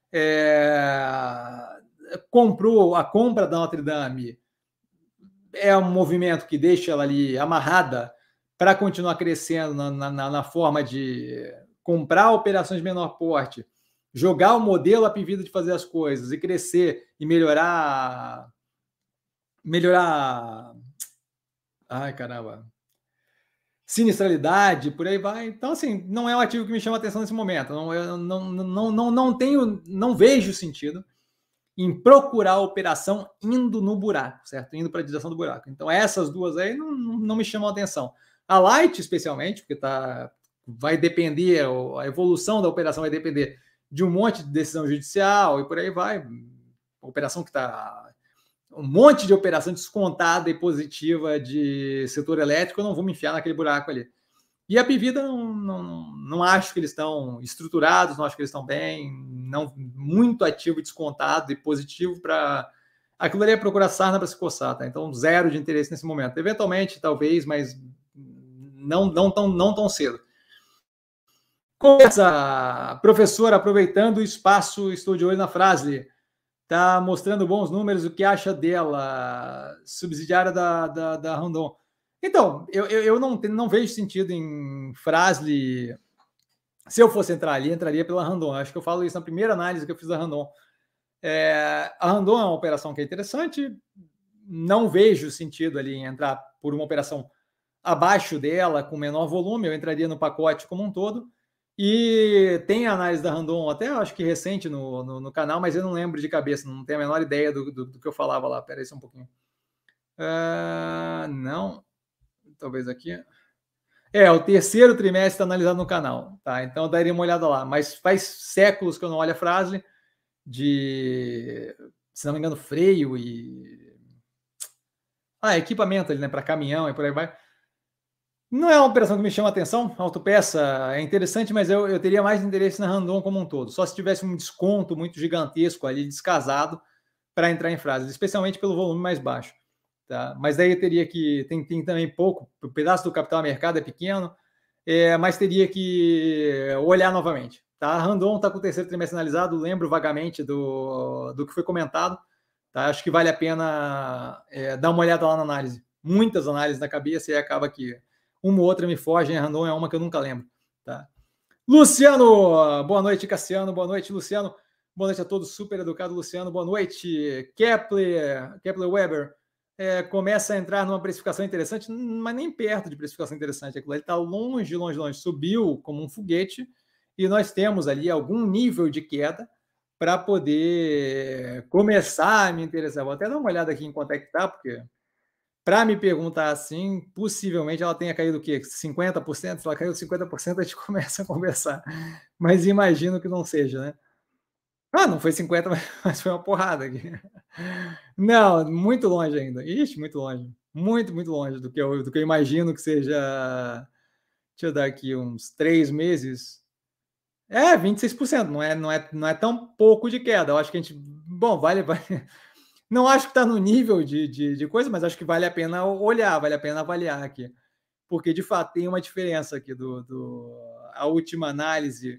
Comprou a compra da Notre Dame, é um movimento que deixa ela ali amarrada para continuar crescendo na forma de comprar operações de menor porte, jogar o modelo a Pivida de fazer as coisas e crescer e melhorar. Ai, caramba. Sinistralidade, por aí vai. Então, assim, não é um ativo que me chama atenção nesse momento. Não vejo sentido em procurar operação indo no buraco, certo? Indo para a direção do buraco. Então, essas duas aí não me chamam atenção. A Light, especialmente, porque vai depender, a evolução da operação vai depender de um monte de decisão judicial e por aí vai. Operação que está... um monte de operação descontada e positiva de setor elétrico, eu não vou me enfiar naquele buraco ali. E a Pivida, não acho que eles estão estruturados, não acho que eles estão bem, não muito ativo, descontado e positivo para... Aquilo ali é procurar sarna para se coçar, tá? Então, zero de interesse nesse momento. Eventualmente, talvez, mas não tão cedo. Começa, professor, aproveitando o espaço, estou de olho na Fras-le. Está mostrando bons números, o que acha dela, subsidiária da Randon. Então, eu não vejo sentido em Fras-le. Se eu fosse entrar ali, entraria pela Randon. Acho que eu falo isso na primeira análise que eu fiz da Randon. A Randon é uma operação que é interessante, não vejo sentido ali em entrar por uma operação abaixo dela, com menor volume, eu entraria no pacote como um todo. E tem a análise da Randon, até acho que recente no canal, mas eu não lembro de cabeça, não tenho a menor ideia do que eu falava lá. Pera aí só um pouquinho. Não, talvez aqui. O terceiro trimestre analisado no canal, tá? Então eu daria uma olhada lá. Mas faz séculos que eu não olho a frase de, se não me engano, freio e... equipamento ali, né? Para caminhão e por aí vai. Não é uma operação que me chama a atenção. A autopeça é interessante, mas eu teria mais interesse na Randon como um todo. Só se tivesse um desconto muito gigantesco ali, descasado, para entrar em frases, especialmente pelo volume mais baixo. Tá? Mas daí eu teria que... Tem também pouco, o pedaço do capital mercado é pequeno, mas teria que olhar novamente. Tá? A Randon está com o terceiro trimestre analisado, lembro vagamente do que foi comentado. Tá? Acho que vale a pena dar uma olhada lá na análise. Muitas análises na cabeça e acaba que uma ou outra me foge, a Randon é uma que eu nunca lembro. Tá? Luciano, boa noite, Cassiano, boa noite, Luciano. Boa noite a todos, super educado, Luciano. Boa noite, Kepler Weber. Começa a entrar numa precificação interessante, mas nem perto de precificação interessante. Ele está longe, longe, longe. Subiu como um foguete e nós temos ali algum nível de queda para poder começar a me interessar. Vou até dar uma olhada aqui em quanto é que está, porque para me perguntar assim, possivelmente ela tenha caído o quê? 50%? Se ela caiu 50%, a gente começa a conversar. Mas imagino que não seja, né? Não foi 50, mas foi uma porrada aqui. Não, muito longe ainda. Ixi, muito longe. Muito, muito longe do que eu imagino que seja. Deixa eu dar aqui uns 3 meses. 26%. Não é tão pouco de queda. Eu acho que a gente. Bom, vale. Não acho que está no nível de coisa, mas acho que vale a pena olhar, vale a pena avaliar aqui. Porque, de fato, tem uma diferença aqui a última análise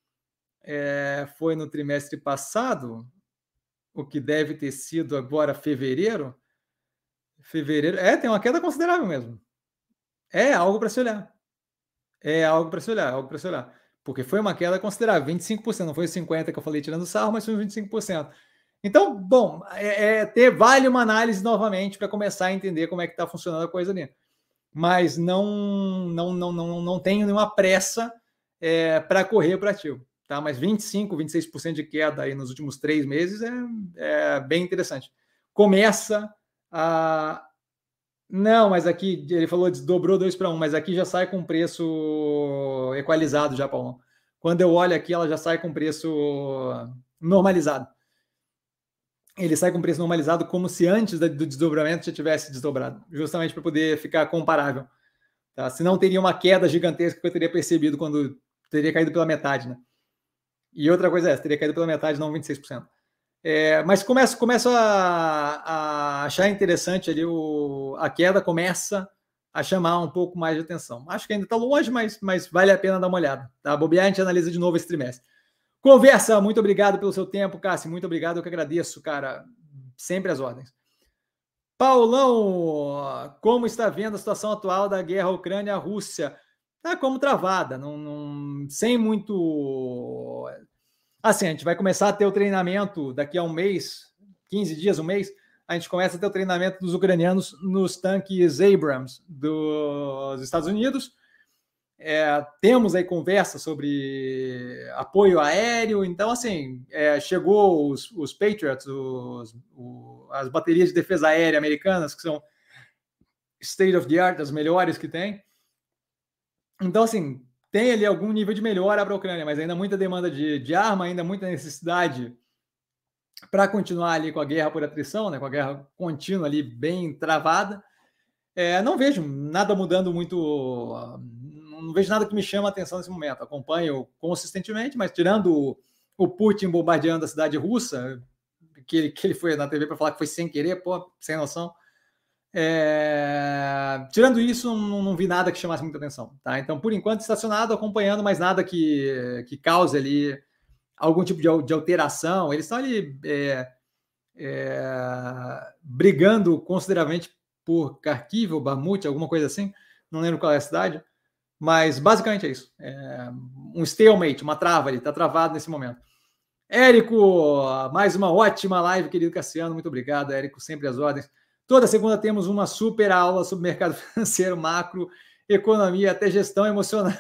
foi no trimestre passado, o que deve ter sido agora fevereiro. Fevereiro, tem uma queda considerável mesmo. É algo para se olhar. Algo para se olhar. Porque foi uma queda considerável, 25%, não foi 50% que eu falei tirando sarro, mas foi 25%. Então, bom, vale uma análise novamente para começar a entender como é que está funcionando a coisa ali. Mas não tenho nenhuma pressa para correr para ativo. Tá? Mas 25%, 26% de queda aí nos últimos 3 meses é bem interessante. Começa a... Não, mas aqui ele falou dobrou 2-1, mas aqui já sai com preço equalizado já, Paulão. Quando eu olho aqui, ela já sai com preço normalizado. Ele sai com preço normalizado como se antes do desdobramento já tivesse desdobrado, justamente para poder ficar comparável. Tá? Senão teria uma queda gigantesca que eu teria percebido quando teria caído pela metade, né? E outra coisa teria caído pela metade, não 26%. Mas começo a achar interessante ali a queda começa a chamar um pouco mais de atenção. Acho que ainda está longe, mas vale a pena dar uma olhada. Tá? Bobear, a gente analisa de novo esse trimestre. Conversa, muito obrigado pelo seu tempo, Cássio. Muito obrigado, eu que agradeço, cara. Sempre às ordens. Paulão, como está vendo a situação atual da guerra Ucrânia-Rússia? Está como travada, sem muito... Assim, a gente vai começar a ter o treinamento daqui a um mês, 15 dias, um mês, a gente começa a ter o treinamento dos ucranianos nos tanques Abrams dos Estados Unidos. Temos aí conversa sobre apoio aéreo, então assim, chegou os Patriots, as baterias de defesa aérea americanas, que são state of the art, as melhores que tem. Então assim, tem ali algum nível de melhora para a Ucrânia, mas ainda muita demanda de arma, ainda muita necessidade para continuar ali com a guerra por atrição, né, com a guerra contínua ali bem travada. Não vejo nada mudando muito, não vejo nada que me chama a atenção nesse momento. Acompanho consistentemente, mas tirando o Putin bombardeando a cidade russa, que ele foi na TV para falar que foi sem querer, sem noção. Tirando isso, não vi nada que chamasse muita atenção. Tá? Então, por enquanto, estacionado, acompanhando, mas nada que cause ali algum tipo de alteração. Eles estão ali brigando consideravelmente por Kharkiv ou Bakhmut, alguma coisa assim. Não lembro qual é a cidade. Mas basicamente é isso. Um stalemate, uma trava ali. Está travado nesse momento. Érico, mais uma ótima live, querido Cassiano. Muito obrigado, Érico. Sempre às ordens. Toda segunda temos uma super aula sobre mercado financeiro, macro, economia, até gestão emocional.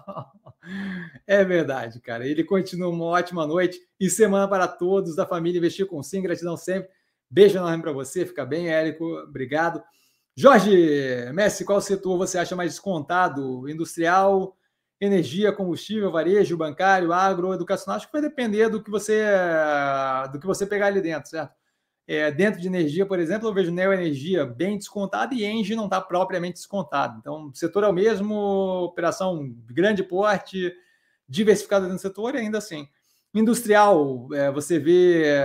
É verdade, cara. Ele continua uma ótima noite e semana para todos da família Investir com Sim. Gratidão sempre. Beijo enorme para você. Fica bem, Érico. Obrigado. Jorge Messi, qual setor você acha mais descontado? Industrial, energia, combustível, varejo, bancário, agro, educacional? Acho que vai depender do que você pegar ali dentro, certo? Dentro de energia, por exemplo, eu vejo Neoenergia bem descontada e Engie não está propriamente descontado. Então, o setor é o mesmo, operação de grande porte, diversificada dentro do setor e ainda assim. Industrial, você vê...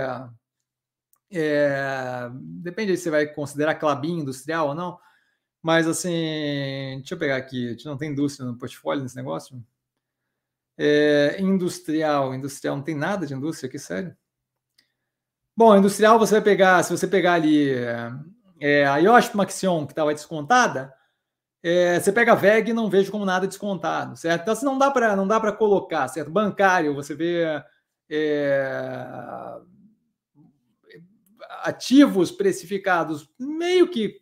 depende se você vai considerar Klabin industrial ou não, mas assim, deixa eu pegar aqui, a gente não tem indústria no portfólio nesse negócio? Industrial não tem nada de indústria aqui, sério? Bom, industrial você vai pegar, se você pegar ali a Iochpe Maxion, que estava descontada, você pega a VEG e não vejo como nada descontado, certo? Então, assim, não dá para colocar, certo? Bancário, você vê ativos precificados meio que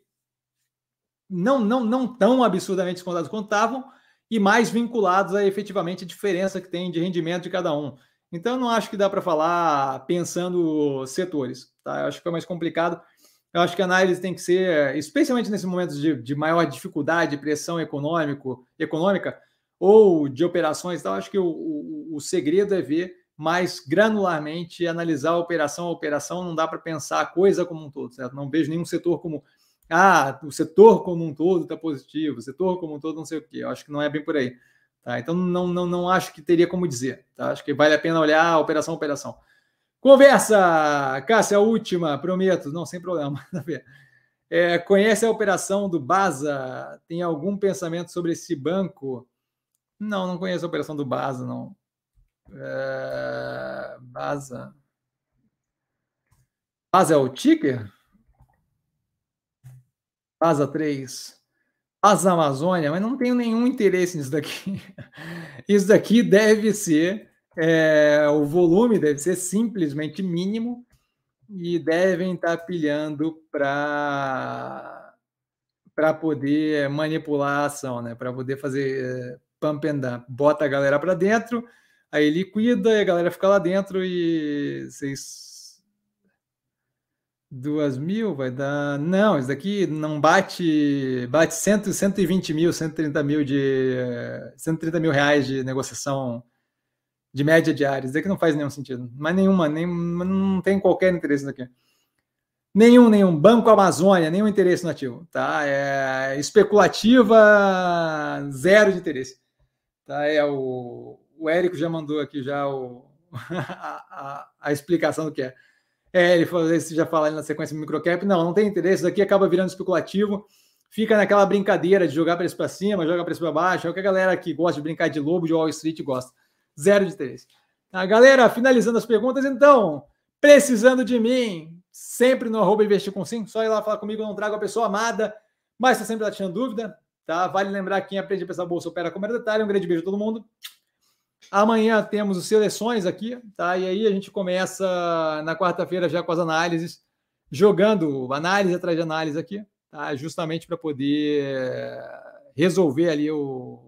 não tão absurdamente descontados quanto estavam e mais vinculados a efetivamente a diferença que tem de rendimento de cada um. Então, eu não acho que dá para falar pensando setores, tá? Eu acho que é mais complicado. Eu acho que a análise tem que ser, especialmente nesses momentos de maior dificuldade, pressão econômica ou de operações, tá? Eu acho que o segredo é ver mais granularmente, analisar a operação, não dá para pensar a coisa como um todo, certo? Não vejo nenhum setor como, o setor como um todo está positivo, o setor como um todo não sei o quê. Eu acho que não é bem por aí. Tá? Então, não acho que teria como dizer. Tá? Acho que vale a pena olhar operação a operação. Conversa, Cássia, a última, prometo. Não, sem problema. Conhece a operação do BASA? Tem algum pensamento sobre esse banco? Não conheço a operação do BASA, não. BASA é o ticker? BASA 3. BASA Amazônia, mas não tenho nenhum interesse nisso daqui. Isso daqui deve ser, o volume deve ser simplesmente mínimo e devem estar pilhando para poder manipular a ação, né? Para poder fazer pump and dump. Bota a galera para dentro, aí liquida, e a galera fica lá dentro e 2.000 vai dar... Não, isso daqui não bate 120 mil, 130 mil R$130 mil de negociação de média diária. Isso daqui não faz nenhum sentido. Mas não tem qualquer interesse daqui. Nenhum. Banco Amazônia, nenhum interesse no ativo. Tá? Especulativa, zero de interesse. Tá? O Érico já mandou aqui já a explicação do que é. Ele falou, você já fala na sequência do microcap, não tem interesse, isso aqui acaba virando especulativo, fica naquela brincadeira de jogar preço para cima, jogar preço para baixo, é o que a galera que gosta de brincar de lobo de Wall Street gosta. Zero de interesse. Tá, galera, finalizando as perguntas, então, precisando de mim, sempre no @investir com 5, só ir lá falar comigo, eu não trago a pessoa amada, mas você sempre está tirando dúvida, tá? Vale lembrar que quem aprende a pensar bolsa opera com mero detalhe. Um grande beijo a todo mundo. Amanhã temos os seleções aqui, tá? E aí a gente começa na quarta-feira já com as análises, jogando análise atrás de análise aqui, tá? Justamente para poder resolver ali o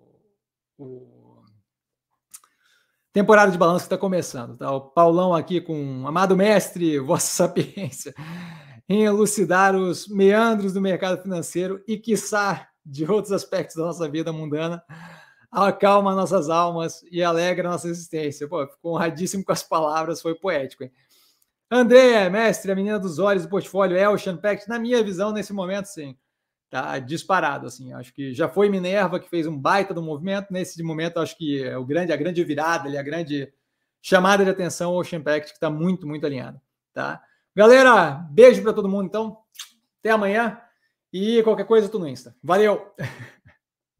temporada de balanço que está começando, tá? O Paulão aqui com amado mestre, vossa sapiência, em elucidar os meandros do mercado financeiro e, quiçá, de outros aspectos da nossa vida mundana, acalma nossas almas e alegra nossa existência. Pô, ficou honradíssimo com as palavras, foi poético, hein? André, mestre, a menina dos olhos do portfólio, Ocean Pact, na minha visão, nesse momento, sim, tá disparado, assim, acho que já foi Minerva, que fez um baita do movimento, nesse momento, acho que a grande virada, a grande chamada de atenção, o Ocean Pact, que está muito, muito alinhado, tá? Galera, beijo para todo mundo, então, até amanhã, e qualquer coisa, eu tô no Insta. Valeu!